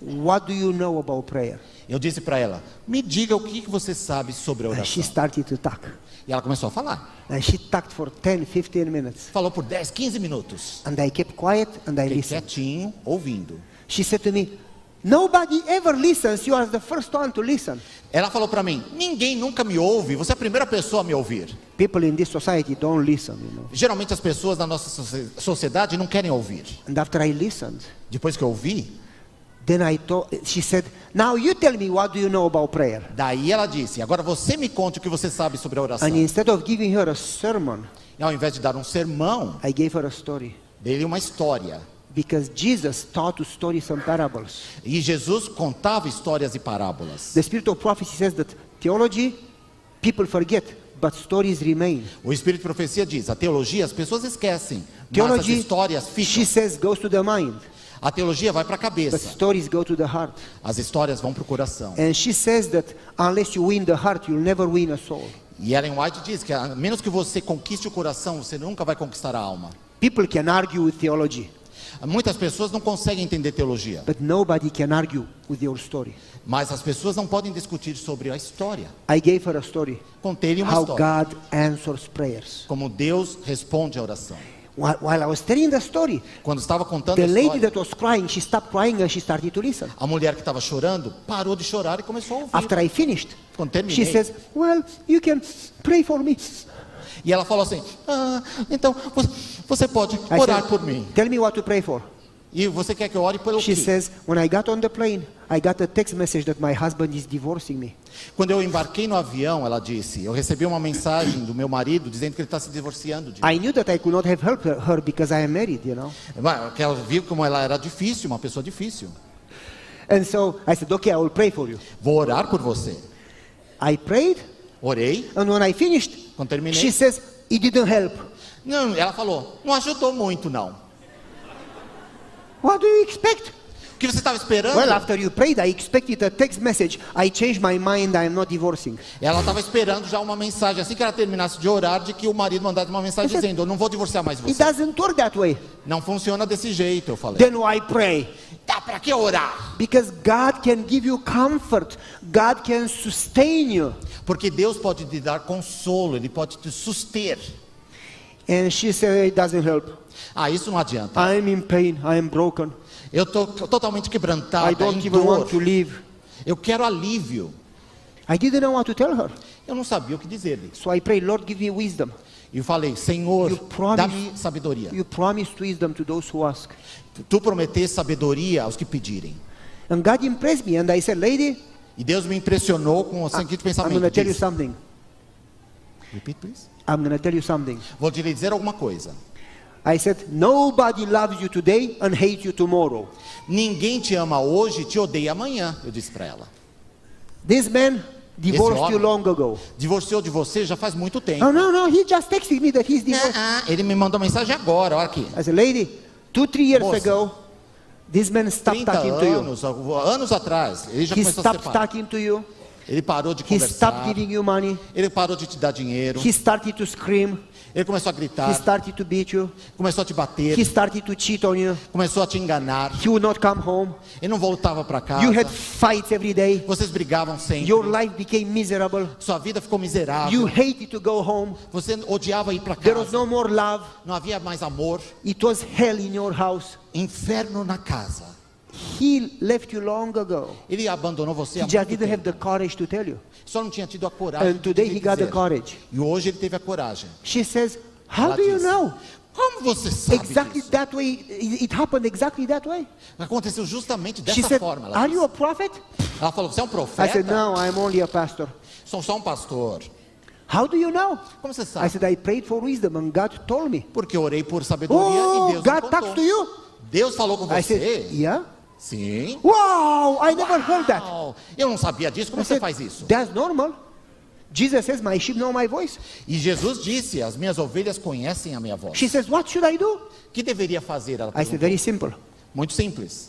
what do you know about prayer? Eu disse para ela, me diga o que você sabe sobre a And she oração. started to talk. E ela começou a falar. And she talked for 10, 15 minutes. Falou por 10, 15 minutos. And I kept quiet and I Fiquei listened. quietinho, ouvindo. She said to me, nobody ever listens. You are the first one to listen. Ela falou para mim, ninguém nunca me ouve, você é a primeira pessoa a me ouvir. People in this society don't listen, you know. Geralmente as pessoas da nossa sociedade não querem ouvir. And after I listened, Depois que eu ouvi, then she said, now you tell me what do you know about prayer. daí ela disse, agora você me conte o que você sabe sobre a oração. And instead of giving her a sermon, E ao invés de dar um sermão, I gave her a story. dei-lhe uma história. Because Jesus taught to stories and parables. E Jesus contava histórias e parábolas. The spirit of prophecy says that theology, people forget, but stories remain. O Espírito de Profecia diz, a teologia as pessoas esquecem, mas as Theology, histórias she ficam. says, goes to the mind, A teologia vai para a but cabeça, stories go to the heart. as histórias vão para o coração. And she says that unless you win the heart, you'll never win a soul. E Ellen White diz que a menos que você conquiste o coração, você nunca vai conquistar a alma. People can argue with theology, Muitas pessoas não conseguem entender teologia, but nobody can argue with your story. mas as pessoas não podem discutir sobre a história. I gave her a story, Contei-lhe uma how história, God answers prayers. como Deus responde à oração. While I was telling the story, Quando estava contando the a lady história, that was crying, she stopped crying and she started to listen. a mulher que estava chorando parou de chorar e começou a ouvir. After I finished, Quando she terminei, says, well, you can pray for me. e ela falou assim, então você pode I orar said, por mim. tell me what to pray for. E você quer que eu ore pelo She quê? says, when I got on the plane, I got a text message that my husband is divorcing me. Quando eu embarquei no avião, ela disse, eu recebi uma mensagem do meu marido dizendo que ele está se divorciando de mim. I knew that I could not have helped her because I am married, you know. Que ela viu como ela era difícil, uma pessoa difícil. And so I said, okay, I will pray for you. Vou orar por você. I prayed, Orei, and when I finished, quando terminei. she says, it didn't help. Não, ela falou, não ajudou muito não. What do you expect? O que você estava esperando? Well, after you prayed, I expected a text message. I changed my mind, I am not divorcing. Ela estava esperando já uma mensagem, assim que ela terminasse de orar, de que o marido mandasse uma mensagem dizendo, eu não vou divorciar mais It você. doesn't work that way. Não funciona desse jeito, eu falei. Then why pray? Tá, pra que orar? Because God can give you comfort. God can sustain you. Porque Deus pode te dar consolo, Ele pode te suster. And she said, it doesn't help. Isso não adianta. I'm in pain, I am broken. Eu estou totalmente quebrantada, I don't em even dor. want to live. Eu quero alívio. I didn't know what to tell her. Eu não sabia o que dizer-lhe. So I prayed, Lord, give me wisdom. E eu falei, Senhor, You promise- dá-me sabedoria. You promised wisdom to those who ask. Tu prometeste sabedoria aos que pedirem. And God impressed me, and I said, lady, E Deus me impressionou com o seguinte I'm pensamento. going to tell you Diz, something. Repeat, please. I'm going to tell you something. Vou te dizer alguma coisa. I said, nobody loves you today and hates you tomorrow. Ninguém te ama hoje e te odeia amanhã, eu disse para ela. This man divorced homem- you long ago. Divorciou de você já faz muito tempo. Oh, no, he just texted me that he's divorced. Ele me mandou mensagem agora, olha aqui. I said, lady, 2-3 years Moça. ago, this man stopped 30 talking to you. anos atrás, ele já He começou a stopped separar. talking to you. Ele parou de He stopped conversar. giving you money. Ele parou de te dar dinheiro. He started to scream. Ele começou a He gritar. started to beat you. Começou a te bater. He started to cheat on you. Começou a te enganar. He would not come home. Ele não voltava para casa. You had fights every day. Vocês brigavam sempre. Your life became miserable. Sua vida ficou miserável. You hated to go home. Você odiava ir para There was casa. no more love. Não havia mais amor. It was hell in your house. Inferno na casa. He left you long ago. Ele abandonou você há He just muito didn't have tempo. the courage to tell you. Só não tinha tido a coragem And today de he got the dizer. courage. E hoje ele teve a coragem. She says, how Ela do you disse, know? Como você sabe Exactly disso? that way. It happened exactly that way. Aconteceu justamente She dessa said, forma. Ela, are disse. you a prophet? Ela falou, você é um I profeta? said, no, I'm only a pastor. Sou só um pastor. How do you know? Como você I sabe? said, I prayed for wisdom and God told me. Porque eu orei por sabedoria Oh, e Deus God me talks contou. to you? Deus falou com I você? said, yeah. Sim. Wow, I never heard that. Uau, eu não sabia disso. Como I você said, faz isso? that's normal. Jesus says, my sheep know my voice. E Jesus disse, as minhas ovelhas conhecem a minha voz. She says, what should I do? O que deveria fazer? Ela I said, perguntou. very simple. Muito simples.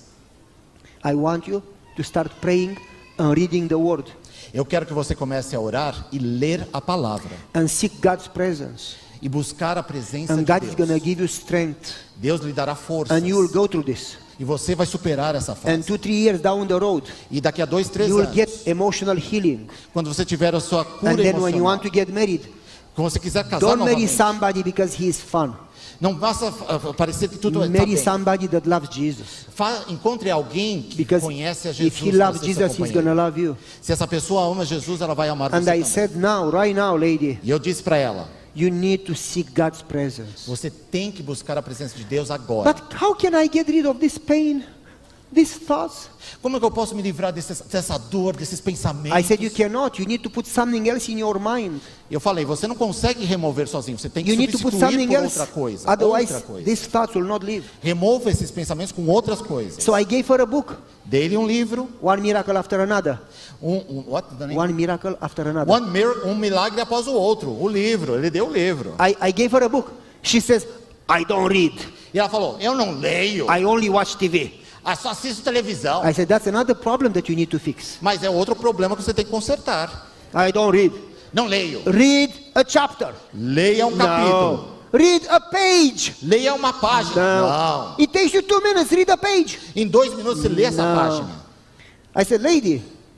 I want you to start praying and reading the word Eu quero que você comece a orar e ler a palavra. and seek God's presence. E buscar a presença And de God is going to Deus. give you strength. Deus lhe dará força. And you will go through this. E você vai superar essa And fase. 2-3 years down the road, E daqui a 2, 3 you will anos, get emotional healing. quando você tiver a sua cura And then when you emocional, want to get married, quando você quiser casar don't marry novamente, somebody because he is fun. não basta parecer que tudo está Marry bem. somebody that loves Jesus. Encontre alguém que Because conhece a if Jesus. he para loves ser seu Jesus, he's companheiro. going to love you. Se essa pessoa ama Jesus, ela vai amar And você I também. said, now, right now, lady, E eu disse para ela, you need to seek God's presence. você tem que buscar a presença de Deus agora. But how can I get rid of this pain, these thoughts? Como é que eu posso me livrar dessa dor, desses pensamentos? I said, you cannot. You need to put something else in your mind. Eu falei, você não consegue remover sozinho, você tem que You need to put substituir something por else. outra coisa. Otherwise, outra coisa. these thoughts will not live. Remova esses pensamentos com outras coisas. So I gave her a book, Dê-lhe um livro, one miracle after another. what the name? One miracle after another. Um milagre após o outro. O livro, ele deu o livro. I gave her a book. She says, I don't read. E ela falou, eu não leio, I only watch TV. só assisto televisão. I said, that's another problem that you need to fix. Mas é outro problema que você tem que consertar. I don't read. Não leio. Read a chapter. Leia um capítulo. No. Read a page. Leia uma página. Não. It takes you 2 minutes, read a page. Em 2 minutos você lê essa No. página. I said, lady,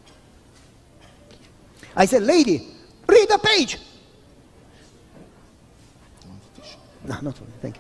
read a page. No, not for me, thank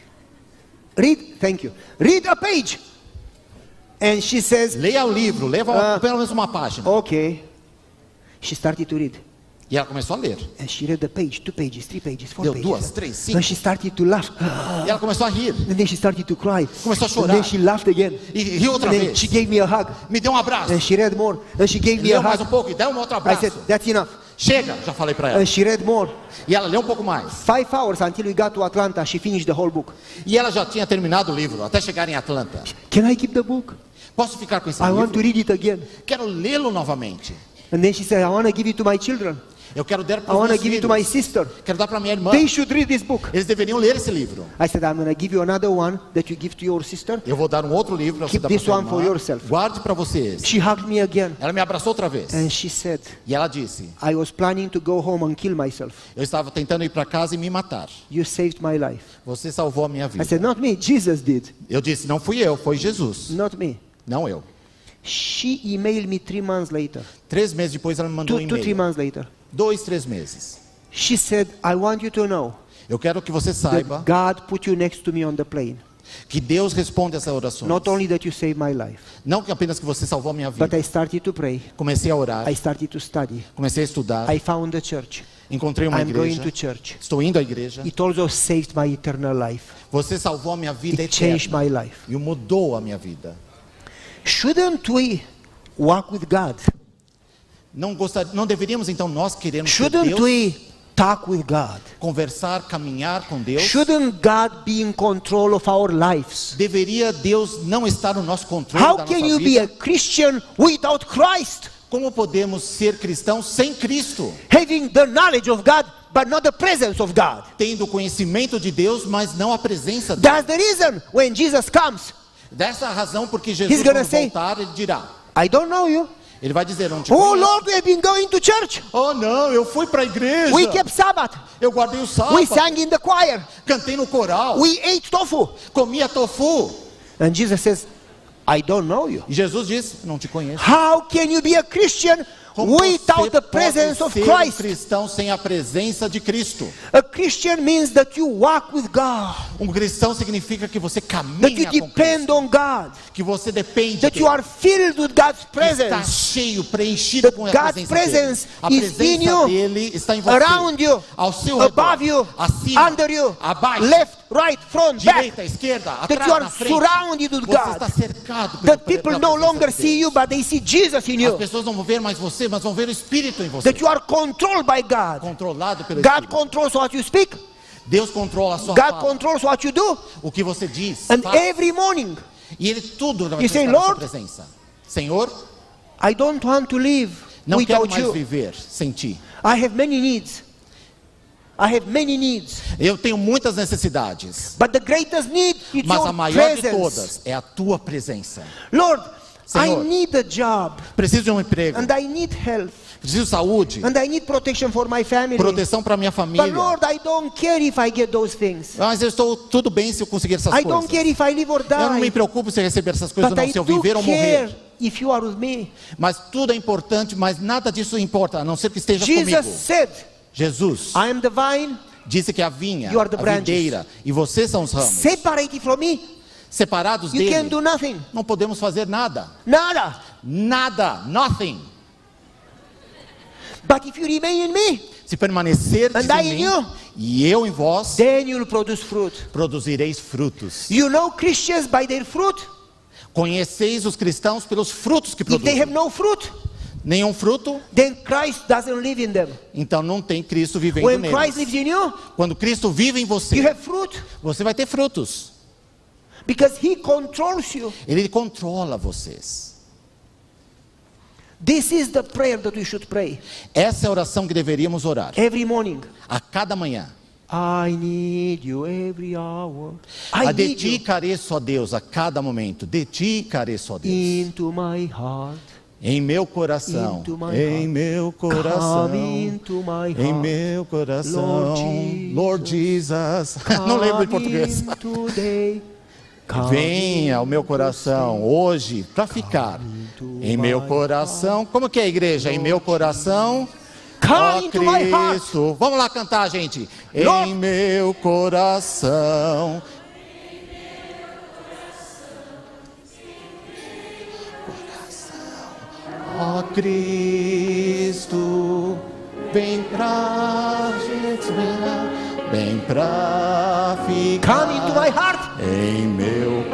you. Thank you. Read a page. And she says, Leia o livro, leva pelo menos uma página. okay. She started to read. E ela começou a ler. And she read the page, 2 pages, 3 pages, 4 Deu pages. 2, 3, 5. And she started to laugh. E ela começou a rir. And then she started to cry. Começou a chorar. And then she laughed again. E riu outra And then vez. she gave me a hug. Me deu um abraço. And she read more. And she gave me a Leu mais um hug. pouco e deu um outro I abraço. said, that's enough. Chega, já falei para ela. And she read more. E ela leu um pouco mais. 5 hours until we got to Atlanta. She finished the whole book. E ela já tinha terminado o livro, até chegar em Atlanta. Can I keep the book? Posso ficar com esse I want to livro? read it again. Quero lê-lo novamente. And then she said, I want to give it to my children. Eu quero dar I para os want to meus give it to my filhos. sister. Quero dar para minha irmã. They should read this book. Eles deveriam ler esse livro. I said, I'm going to give you another one that you give to your sister. Eu vou dar um outro livro para você Keep dar para this sua one for irmã. yourself. Guarde para você esse. She hugged me again. Ela me abraçou outra vez. And she said, E ela disse, I was planning to go home and kill myself. eu estava tentando ir para casa e me matar. You saved my life. Você salvou a minha I vida. said, not me, Jesus did. Eu disse, não fui eu, foi Jesus. Not me. Não eu. She emailed me 3 months later. 3 meses depois ela me mandou um 2, 3 e-mail. months later. 2, 3 meses. She said, I want you to know Eu quero que você that saiba God put you next to me on the plane. que Deus responde essas orações. Not only that you saved my life, Não que apenas que você salvou a minha vida. but I started to pray. Comecei a orar, I started to study. comecei a estudar, I found the church. encontrei uma I'm going igreja. to church. Estou indo à igreja. It also saved my eternal life. Você salvou a minha vida It changed eterna my life. e mudou a minha vida. Shouldn't we walk with God? Não deveríamos então nós querermos que Shouldn't Deus we talk with God? conversar, caminhar com Deus? Shouldn't God be in control of our lives? Deveria Deus não estar no nosso controle How da can nossa you be a vida? Christian without Christ? Como podemos ser cristãos sem Cristo? Having the knowledge of God, but not the presence of God. Tendo o conhecimento de Deus, mas não a presença dele. That's the reason when Jesus comes, Dessa razão, porque He's Jesus, gonna quando say, voltar, ele dirá. I don't know you. Ele vai dizer, não te Oh conheço. Lord, we have been going to church. Oh não, eu fui para a igreja. We kept Sabbath. Eu guardei o sábado. We sang in the choir. Cantei no coral. We ate tofu. Comia tofu. And Jesus says, I don't know you. E Jesus diz, não te conheço. How can you be a Christian Como without você the presence pode of ser Christ? cristão sem a presença de Cristo? A Christian means that you walk with God, Um cristão significa que você that you caminha com depend Cristo, on God, que você depende that you are filled with God's está presence, cheio, preenchido that com a God's presença presence dele. A is presença in you, dele está em você, around you, ao seu above you, redor, acima, under you, abaixo, left, right, front, back. direita, esquerda, That atrás, you are na frente. surrounded with Você God. está cercado That pela people presença no longer de see you, Deus. but they see Jesus in As you. pessoas não vão ver mais você, mas vão ver o Espírito em você. That you are controlled by God. Controlado pelo God Espírito. controls what you speak. Deus controla a sua God fala, controls what you do. o que você diz, And faz, every morning, e Ele tudo vai You say, estar na sua Lord, presença. Senhor, I don't want to live não quero without mais you. viver sem Ti. I have many needs. I have many needs. Eu tenho muitas necessidades, But the greatest need is mas your a maior de presence. todas é a Tua presença. Lord, Senhor, I need a job Preciso de um emprego, and I need health. Preciso de saúde. And I need protection for my family. Proteção para minha família. But Lord, I don't care if I get those things. Mas eu estou tudo bem se eu conseguir essas I coisas. don't care if I live or die. Eu não me preocupo se eu receber essas coisas ou But não, I se eu do viver ou care morrer. if you are with me. Mas tudo é importante, mas nada disso importa, a não ser que esteja Jesus comigo. said, Jesus I am the vine, disse que a vinha, You are the a branches. videira, e vocês são os ramos. separated from me, Separados you can dele, do nothing. não podemos fazer nada. Nada. Nada, nothing. But if you remain in me, Se permanecerdes And I em in mim, you. e eu em vós, then you will produce fruit. produzireis frutos. You know Christians by their fruit. Conheceis os cristãos pelos frutos que If they have produzem. no fruit, Nenhum fruto, then Christ doesn't live in them. então não tem Cristo vivendo When Christ neles. lives in you, Quando Cristo vive em you você, have fruit você vai ter frutos. because He controls you. Ele controla vocês. This is the prayer that we should pray Essa é a oração que deveríamos orar every morning. a cada manhã. I need you every hour. I A de need ti you careço, ó Deus, a cada momento. De ti careço, ó Deus. into my heart. Em meu coração, Into my em heart. meu coração, Come into my heart. em meu coração, Lord Jesus. Não lembro em português. Come in today. Come Venha ao meu coração hoje para ficar. Em meu coração, como que é a igreja? Em meu coração, ó into my heart. Cristo. Vamos lá cantar, gente. Lord. Em meu coração. Ó Cristo, vem pra gente, vem pra ficar. Come into my heart. Em meu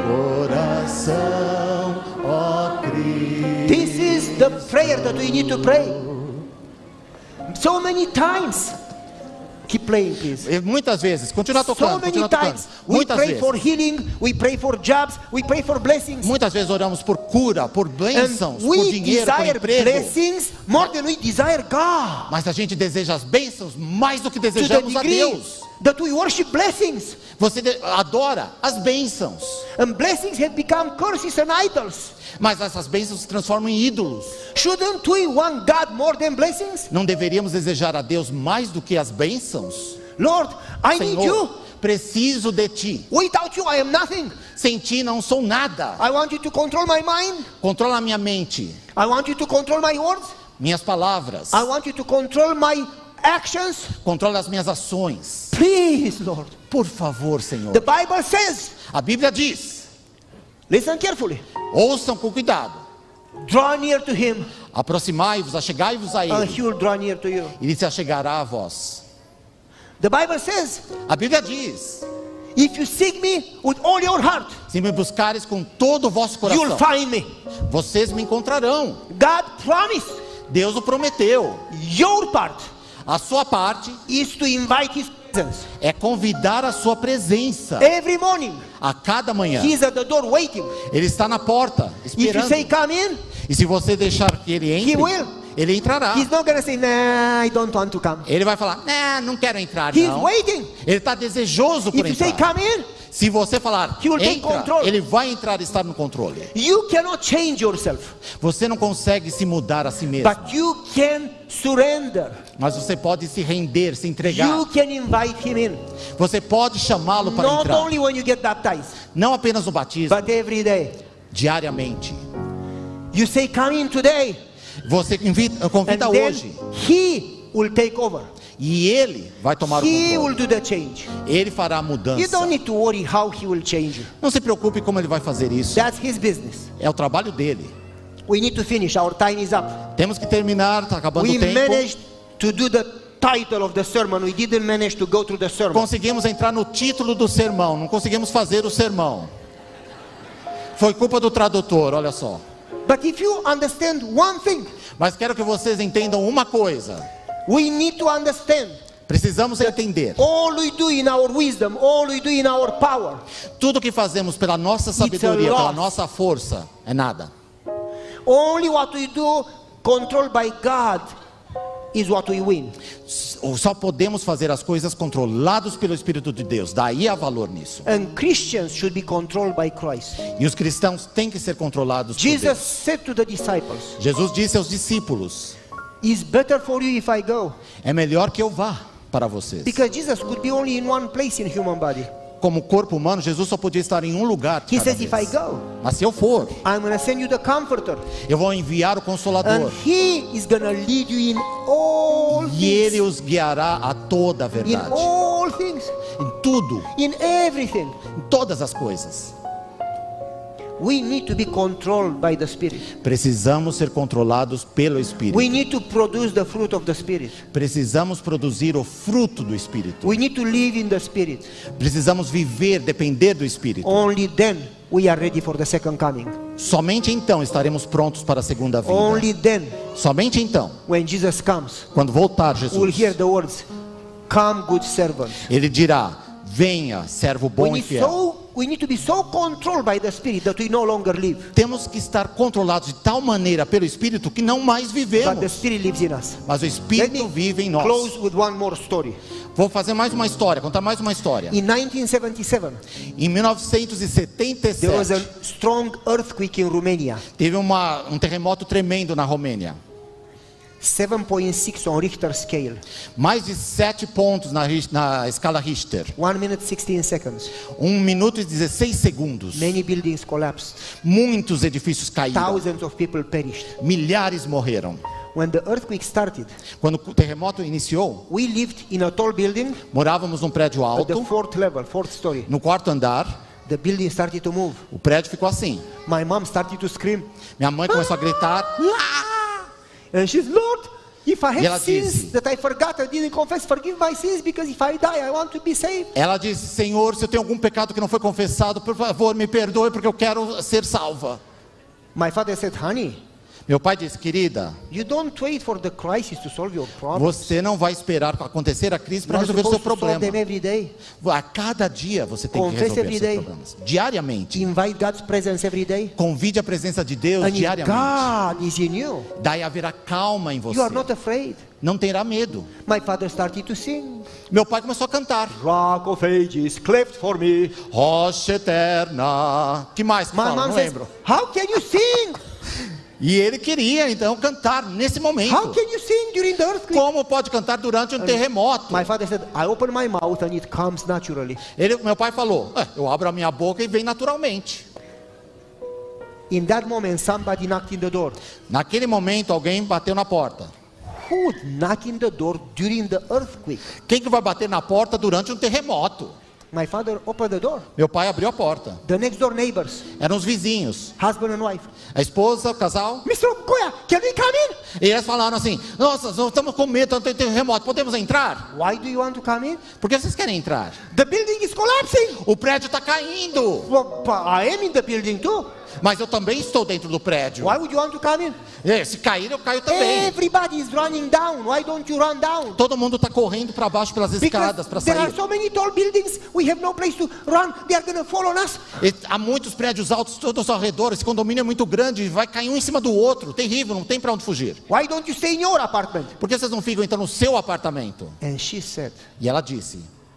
coração, ó Cristo. This is the prayer that we need to pray. So many times. Keep playing, please. E muitas vezes, continua So tocando, many continua tocando. times we Muitas pray vezes. for healing, we pray for jobs, we pray for blessings. Muitas vezes oramos por cura, por bênçãos, And por we dinheiro, por desire emprego. blessings more than we desire God. Mas a gente deseja as bênçãos mais do que To the desejamos a degree Deus. that we worship blessings. Você adora as bênçãos, And blessings have become curses and idols. mas essas bênçãos se transformam em ídolos. Shouldn't we want God more than blessings? Não deveríamos desejar a Deus mais do que as bênçãos? Lord, I need you. Senhor, preciso de ti. Without you, I am nothing. Sem ti não sou nada. I want you to control my mind. Controla a minha mente, I want you to control my words. minhas palavras. I want you to control my actions. Controla as minhas ações. Please, Lord. Por favor, Senhor. The Bible says, A Bíblia diz, listen carefully. ouçam com cuidado. Draw near to him, Aproximai-vos, achegai-vos a and Ele, he will draw near to you. e Ele se achegará a vós. The Bible says, A Bíblia diz, if you seek me with all your heart, se me buscares com todo o vosso you will coração, find me. vocês me encontrarão. God promised. Deus o prometeu. Your part A sua parte is to invite his presence. é convidar a sua presença. Every morning, A cada manhã. he's at the door waiting. Ele está na porta, If you esperando. say come in, E se você deixar que ele entre, He will. ele entrará. he's not going to say, nah, I don't want to come. Ele vai falar, não quero entrar He's não. waiting. Ele está desejoso por If you say entrar. come in, Se você falar, He will take entra, control. ele vai entrar e estar no controle. you cannot change yourself, Você não consegue se mudar a si mesmo. but you can surrender. Mas você pode se render, se entregar. You can invite him in. Você pode chamá-lo para Not entrar. only when you get baptized, Não apenas no batismo, but every day. diariamente. You say come in today, Você and convida then hoje. he will take over. E ele vai tomar o He will controle. do the change. Ele fará a You mudança. don't need to worry how he will change you. Não se preocupe como ele vai fazer isso. That's his business. É o trabalho dele. We need to finish. Our time is up. Temos que terminar, está acabando We o tempo. managed to do the title of the sermon. We didn't manage to go through the sermon. Conseguimos entrar no título do sermão, não conseguimos fazer o sermão. Foi culpa do tradutor, olha só. But if you understand one thing, Mas quero que vocês entendam uma coisa. we need to understand Precisamos entender. all we do in our wisdom, all we do in our power, Tudo que fazemos pela nossa sabedoria, loss. pela nossa força, é nada. only what we do controlled by God is what we win. Só podemos fazer as coisas controlados pelo Espírito de Deus. Daí há valor nisso. And Christians should be controlled by Christ. E os cristãos têm que ser controlados por Jesus Deus. said to the disciples, Jesus disse aos discípulos: It's better for you if I go. É melhor que eu vá para vocês. Because Jesus could be only in one place in human body. Como corpo humano, Jesus só podia estar em um lugar de He cada says, if I vez. go, Mas se eu for, I'm going to send you the Comforter. eu vou enviar o And Consolador. He is going to lead you in all E Ele things. os guiará a toda a In verdade. all things. Em tudo, In everything. em todas as coisas. We need to be controlled by the Spirit. Precisamos ser controlados pelo Espírito. We need to produce the fruit of the Spirit. Precisamos produzir o fruto do Espírito. We need to live in the Spirit. Precisamos viver, depender do Espírito. Only then we are ready for the second coming. Somente então estaremos prontos para a segunda vinda. Only then, Somente então, when Jesus comes, quando voltar we'll Jesus, hear the words, "Come, good servant." Ele dirá: venha, servo bom e fiel. We need to be so controlled by the Spirit that we no longer live. Temos que estar controlados de tal maneira pelo Espírito que não mais But the vivemos. Spirit lives in us. Mas o Let Espírito me vive em nós. close with one more story. Vou fazer mais uma história, contar mais uma história. In 1977, Em there was 1977, a strong earthquake in Romania, teve um terremoto tremendo na Romênia. 7.6 on Richter scale, Mais de 7 pontos na escala Richter. 1 minute 16 seconds. 1 minuto e 16 segundos. Many buildings collapsed. Muitos edifícios caíram. Thousands of people perished. Milhares morreram. When the earthquake started, Quando o terremoto iniciou, we lived in a tall building morávamos num prédio at the alto, fourth story. no quarto andar. The building started to move. O prédio ficou assim. My mom started to scream. Minha mãe começou a gritar. And she's, Lord, if I E ela have sins disse- that I forgot, I didn't confess, forgive my sins, because if I die, I want to be saved. Ela disse: Senhor, se eu tenho algum pecado que não foi confessado, por favor, me perdoe, porque eu quero ser salva. My father said, honey, Meu pai disse: querida, you don't wait for the crisis to solve your problem. você não vai esperar acontecer a crise para You're resolver o seu supposed to solve problema. them every day. A cada dia você tem que Confess resolver every os seus day. problemas. Diariamente. Invite God's presence every day. Convide a presença de Deus And if diariamente. God is in you, Daí haverá calma em você. you are not afraid. Não terá medo. My father started to sing. Meu pai começou a cantar. Rock of ages, cleft for me. Rocha eterna. Que mais que My fala? mom Não says, lembro. how can you sing? E ele queria então cantar nesse momento. How can you sing during the earthquake? Como pode cantar durante um terremoto? My father said, I open my mouth and it comes naturally. Meu pai falou: eu abro a minha boca e vem naturalmente. In that moment, somebody knocked in the door. Naquele momento alguém bateu na porta. Who would knock in the door during the earthquake? Quem que vai bater na porta durante um terremoto? My father opened the door. Meu pai abriu a porta. The next door neighbors, Eram os vizinhos, husband and wife. a esposa, o casal. Mr. Goya, can we come in? E eles falaram assim: nossa, nós estamos com medo, tem terremoto, podemos entrar? Why do you want to come in? Por que vocês querem entrar? The building is collapsing. O prédio está caindo. Well, I am in the building too. Mas eu também estou dentro do prédio. Why would you want to come in? Se cair, eu caio também. Everybody is running down. Why don't you run down? Todo mundo está correndo para baixo pelas escadas para Because there are sair. so many tall buildings, we have no place to run. They are going to fall on us. Há muitos prédios altos todos ao redor. Esse condomínio é muito grande, vai cair um em cima do outro. Terrível, não tem para onde fugir. Why don't you stay in your apartment? Por que vocês não ficam então no seu apartamento? And she said, E ela disse: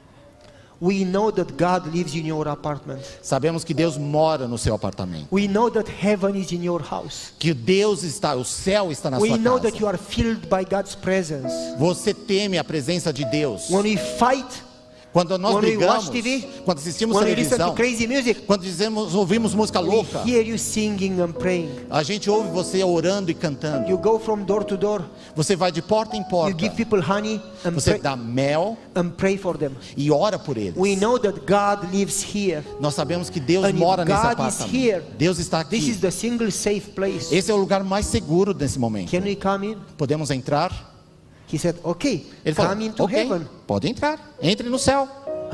we know that God lives in your apartment. sabemos que Deus mora no seu apartamento. We know that heaven is in your house. Que Deus está, o céu está na We sua know casa. that you are filled by God's presence. Você teme a presença de Deus. When we fight, Quando nós when we brigamos, watch TV, quando assistimos when we listen televisão, to crazy music, quando ouvimos música we louca, hear you singing and praying. a gente ouve você orando e cantando. You go from door to door. Você vai de porta em You porta. give people honey Você dá mel and pray for them. e ora por eles. We know that God lives here. Nós sabemos que Deus And if mora nesse God is apartamento. here, Deus está This is aqui. the single safe place. Esse é o lugar mais seguro nesse momento. Can we come in? Podemos entrar? He said, okay, Ele falou: come into ok, heaven. pode entrar. Entre no céu.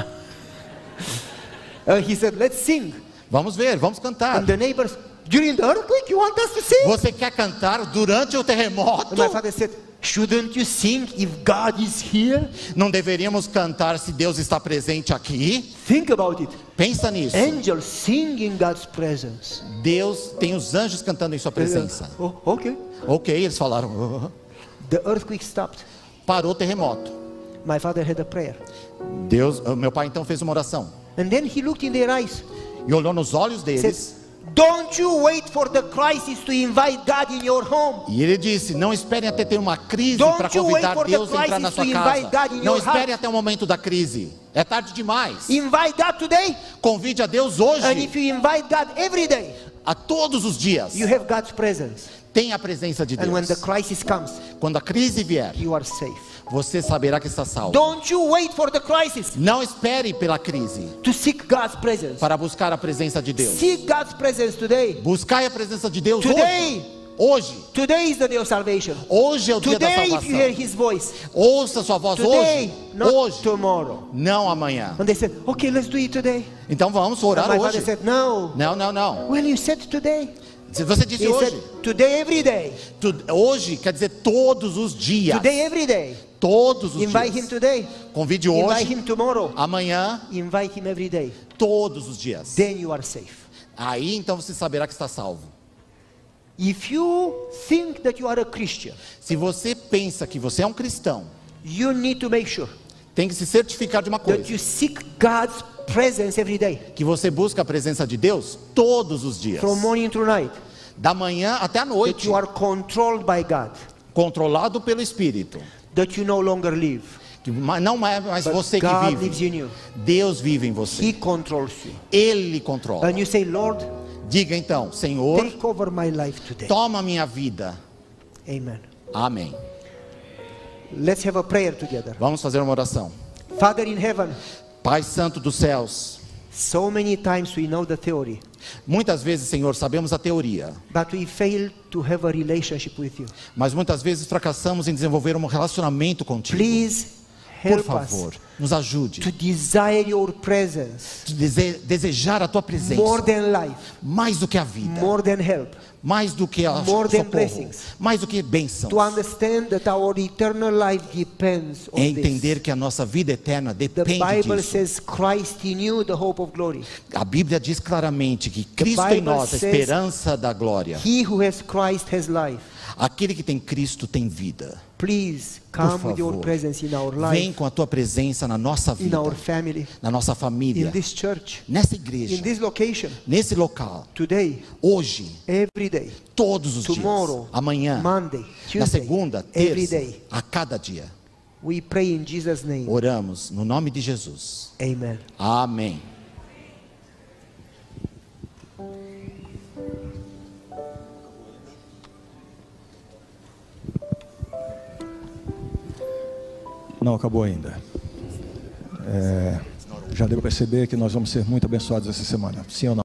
He said, let's sing. Vamos ver, vamos cantar. And the neighbors, during the earthquake, you want us to sing? Você quer cantar durante o terremoto? And my father said, shouldn't you sing if God is here? Não deveríamos cantar se Deus está presente aqui? Think about it. Pensa nisso. Angels sing in God's presence. Deus tem os anjos cantando em sua presença. Oh, okay. Ok, eles falaram. "Oh." The earthquake stopped. Parou o terremoto. My father had a prayer. Meu pai então fez uma oração And then he looked in their eyes. e olhou nos olhos Said, deles Don't you wait for the crisis to invite God in your home. E ele disse, não esperem até ter uma crise Don't para you wait convidar for the Deus a entrar na crisis sua to invite casa. God in Não your espere heart. até o momento da crise. É tarde demais. Invite God today. Convide a Deus And hoje, if you invite God every day, a todos os dias. you have God's presence. Tenha a presença de And when the Deus. crisis comes, Quando a crise vier, you are safe. você saberá que está salvo. Don't you wait for the crisis Não espere pela crise to seek God's presence. para buscar a presença de Deus. Seek God's presence today. Buscai a presença de Deus Today. hoje. Today is the day of salvation. Hoje é o dia da Today, if you hear salvação. His voice. Ouça sua voz Today, hoje. not Hoje, tomorrow. não amanhã. And they said, okay, let's do it today. Então vamos And orar my hoje. father said, no. Não, não, não. Well, you said today. Se você disse He hoje, said, today, every day. hoje quer dizer todos os dias. Today, every day. Todos os Invite Him dias. today. Convide Invite hoje, Him tomorrow. amanhã, Invite Him every day. todos os dias. Then you are safe. Aí então você saberá que está salvo. If you think that you are a Christian, Se você pensa que você é um cristão, you need to make sure tem que se certificar de uma that coisa. you seek God's presence every day. Que você busca a presença de Deus todos os dias. From morning to night. Da manhã até a That noite. you are controlled by God. Controlado pelo Espírito. That you no longer live. Que não é mais But você que God lives vive. in you. Deus vive em você. He controls you. Ele controla. And you say, Lord, Diga então, Senhor, take over my life today. toma minha vida. Amen. Amém. Let's have a prayer together. Vamos fazer uma oração. Father in heaven, Pai Santo dos céus, so many times we know the theory, muitas vezes, Senhor, sabemos a teoria, but we fail to have a relationship with you. mas muitas vezes fracassamos em desenvolver um relacionamento contigo. Please Por help favor, us nos ajude to desire your presence a desejar a tua presença more than life, mais do que a vida, more than help, mais do que a more than socorro, blessings. mais do que bênçãos. to understand that our eternal life depends on É this. entender que a nossa vida eterna The depende Bible disso. says Christ in you, the hope of glory. A Bíblia diz claramente que Cristo em Bible nós, a says- esperança da glória. He who has Christ has life. Aquele que tem Cristo tem vida. Please Por come with your favor, presence in our vem life, com a tua presença na nossa in vida, our family, na nossa família, in this church, nessa in igreja, this location, nesse local, today, hoje, every day, todos os tomorrow, dias, amanhã, Monday, na Tuesday, segunda, every terça, day. a cada dia. We pray in Jesus' name. Oramos no nome de Jesus. Amen. Amém. Não acabou ainda. Já deu para perceber que nós vamos ser muito abençoados essa semana. Sim ou não?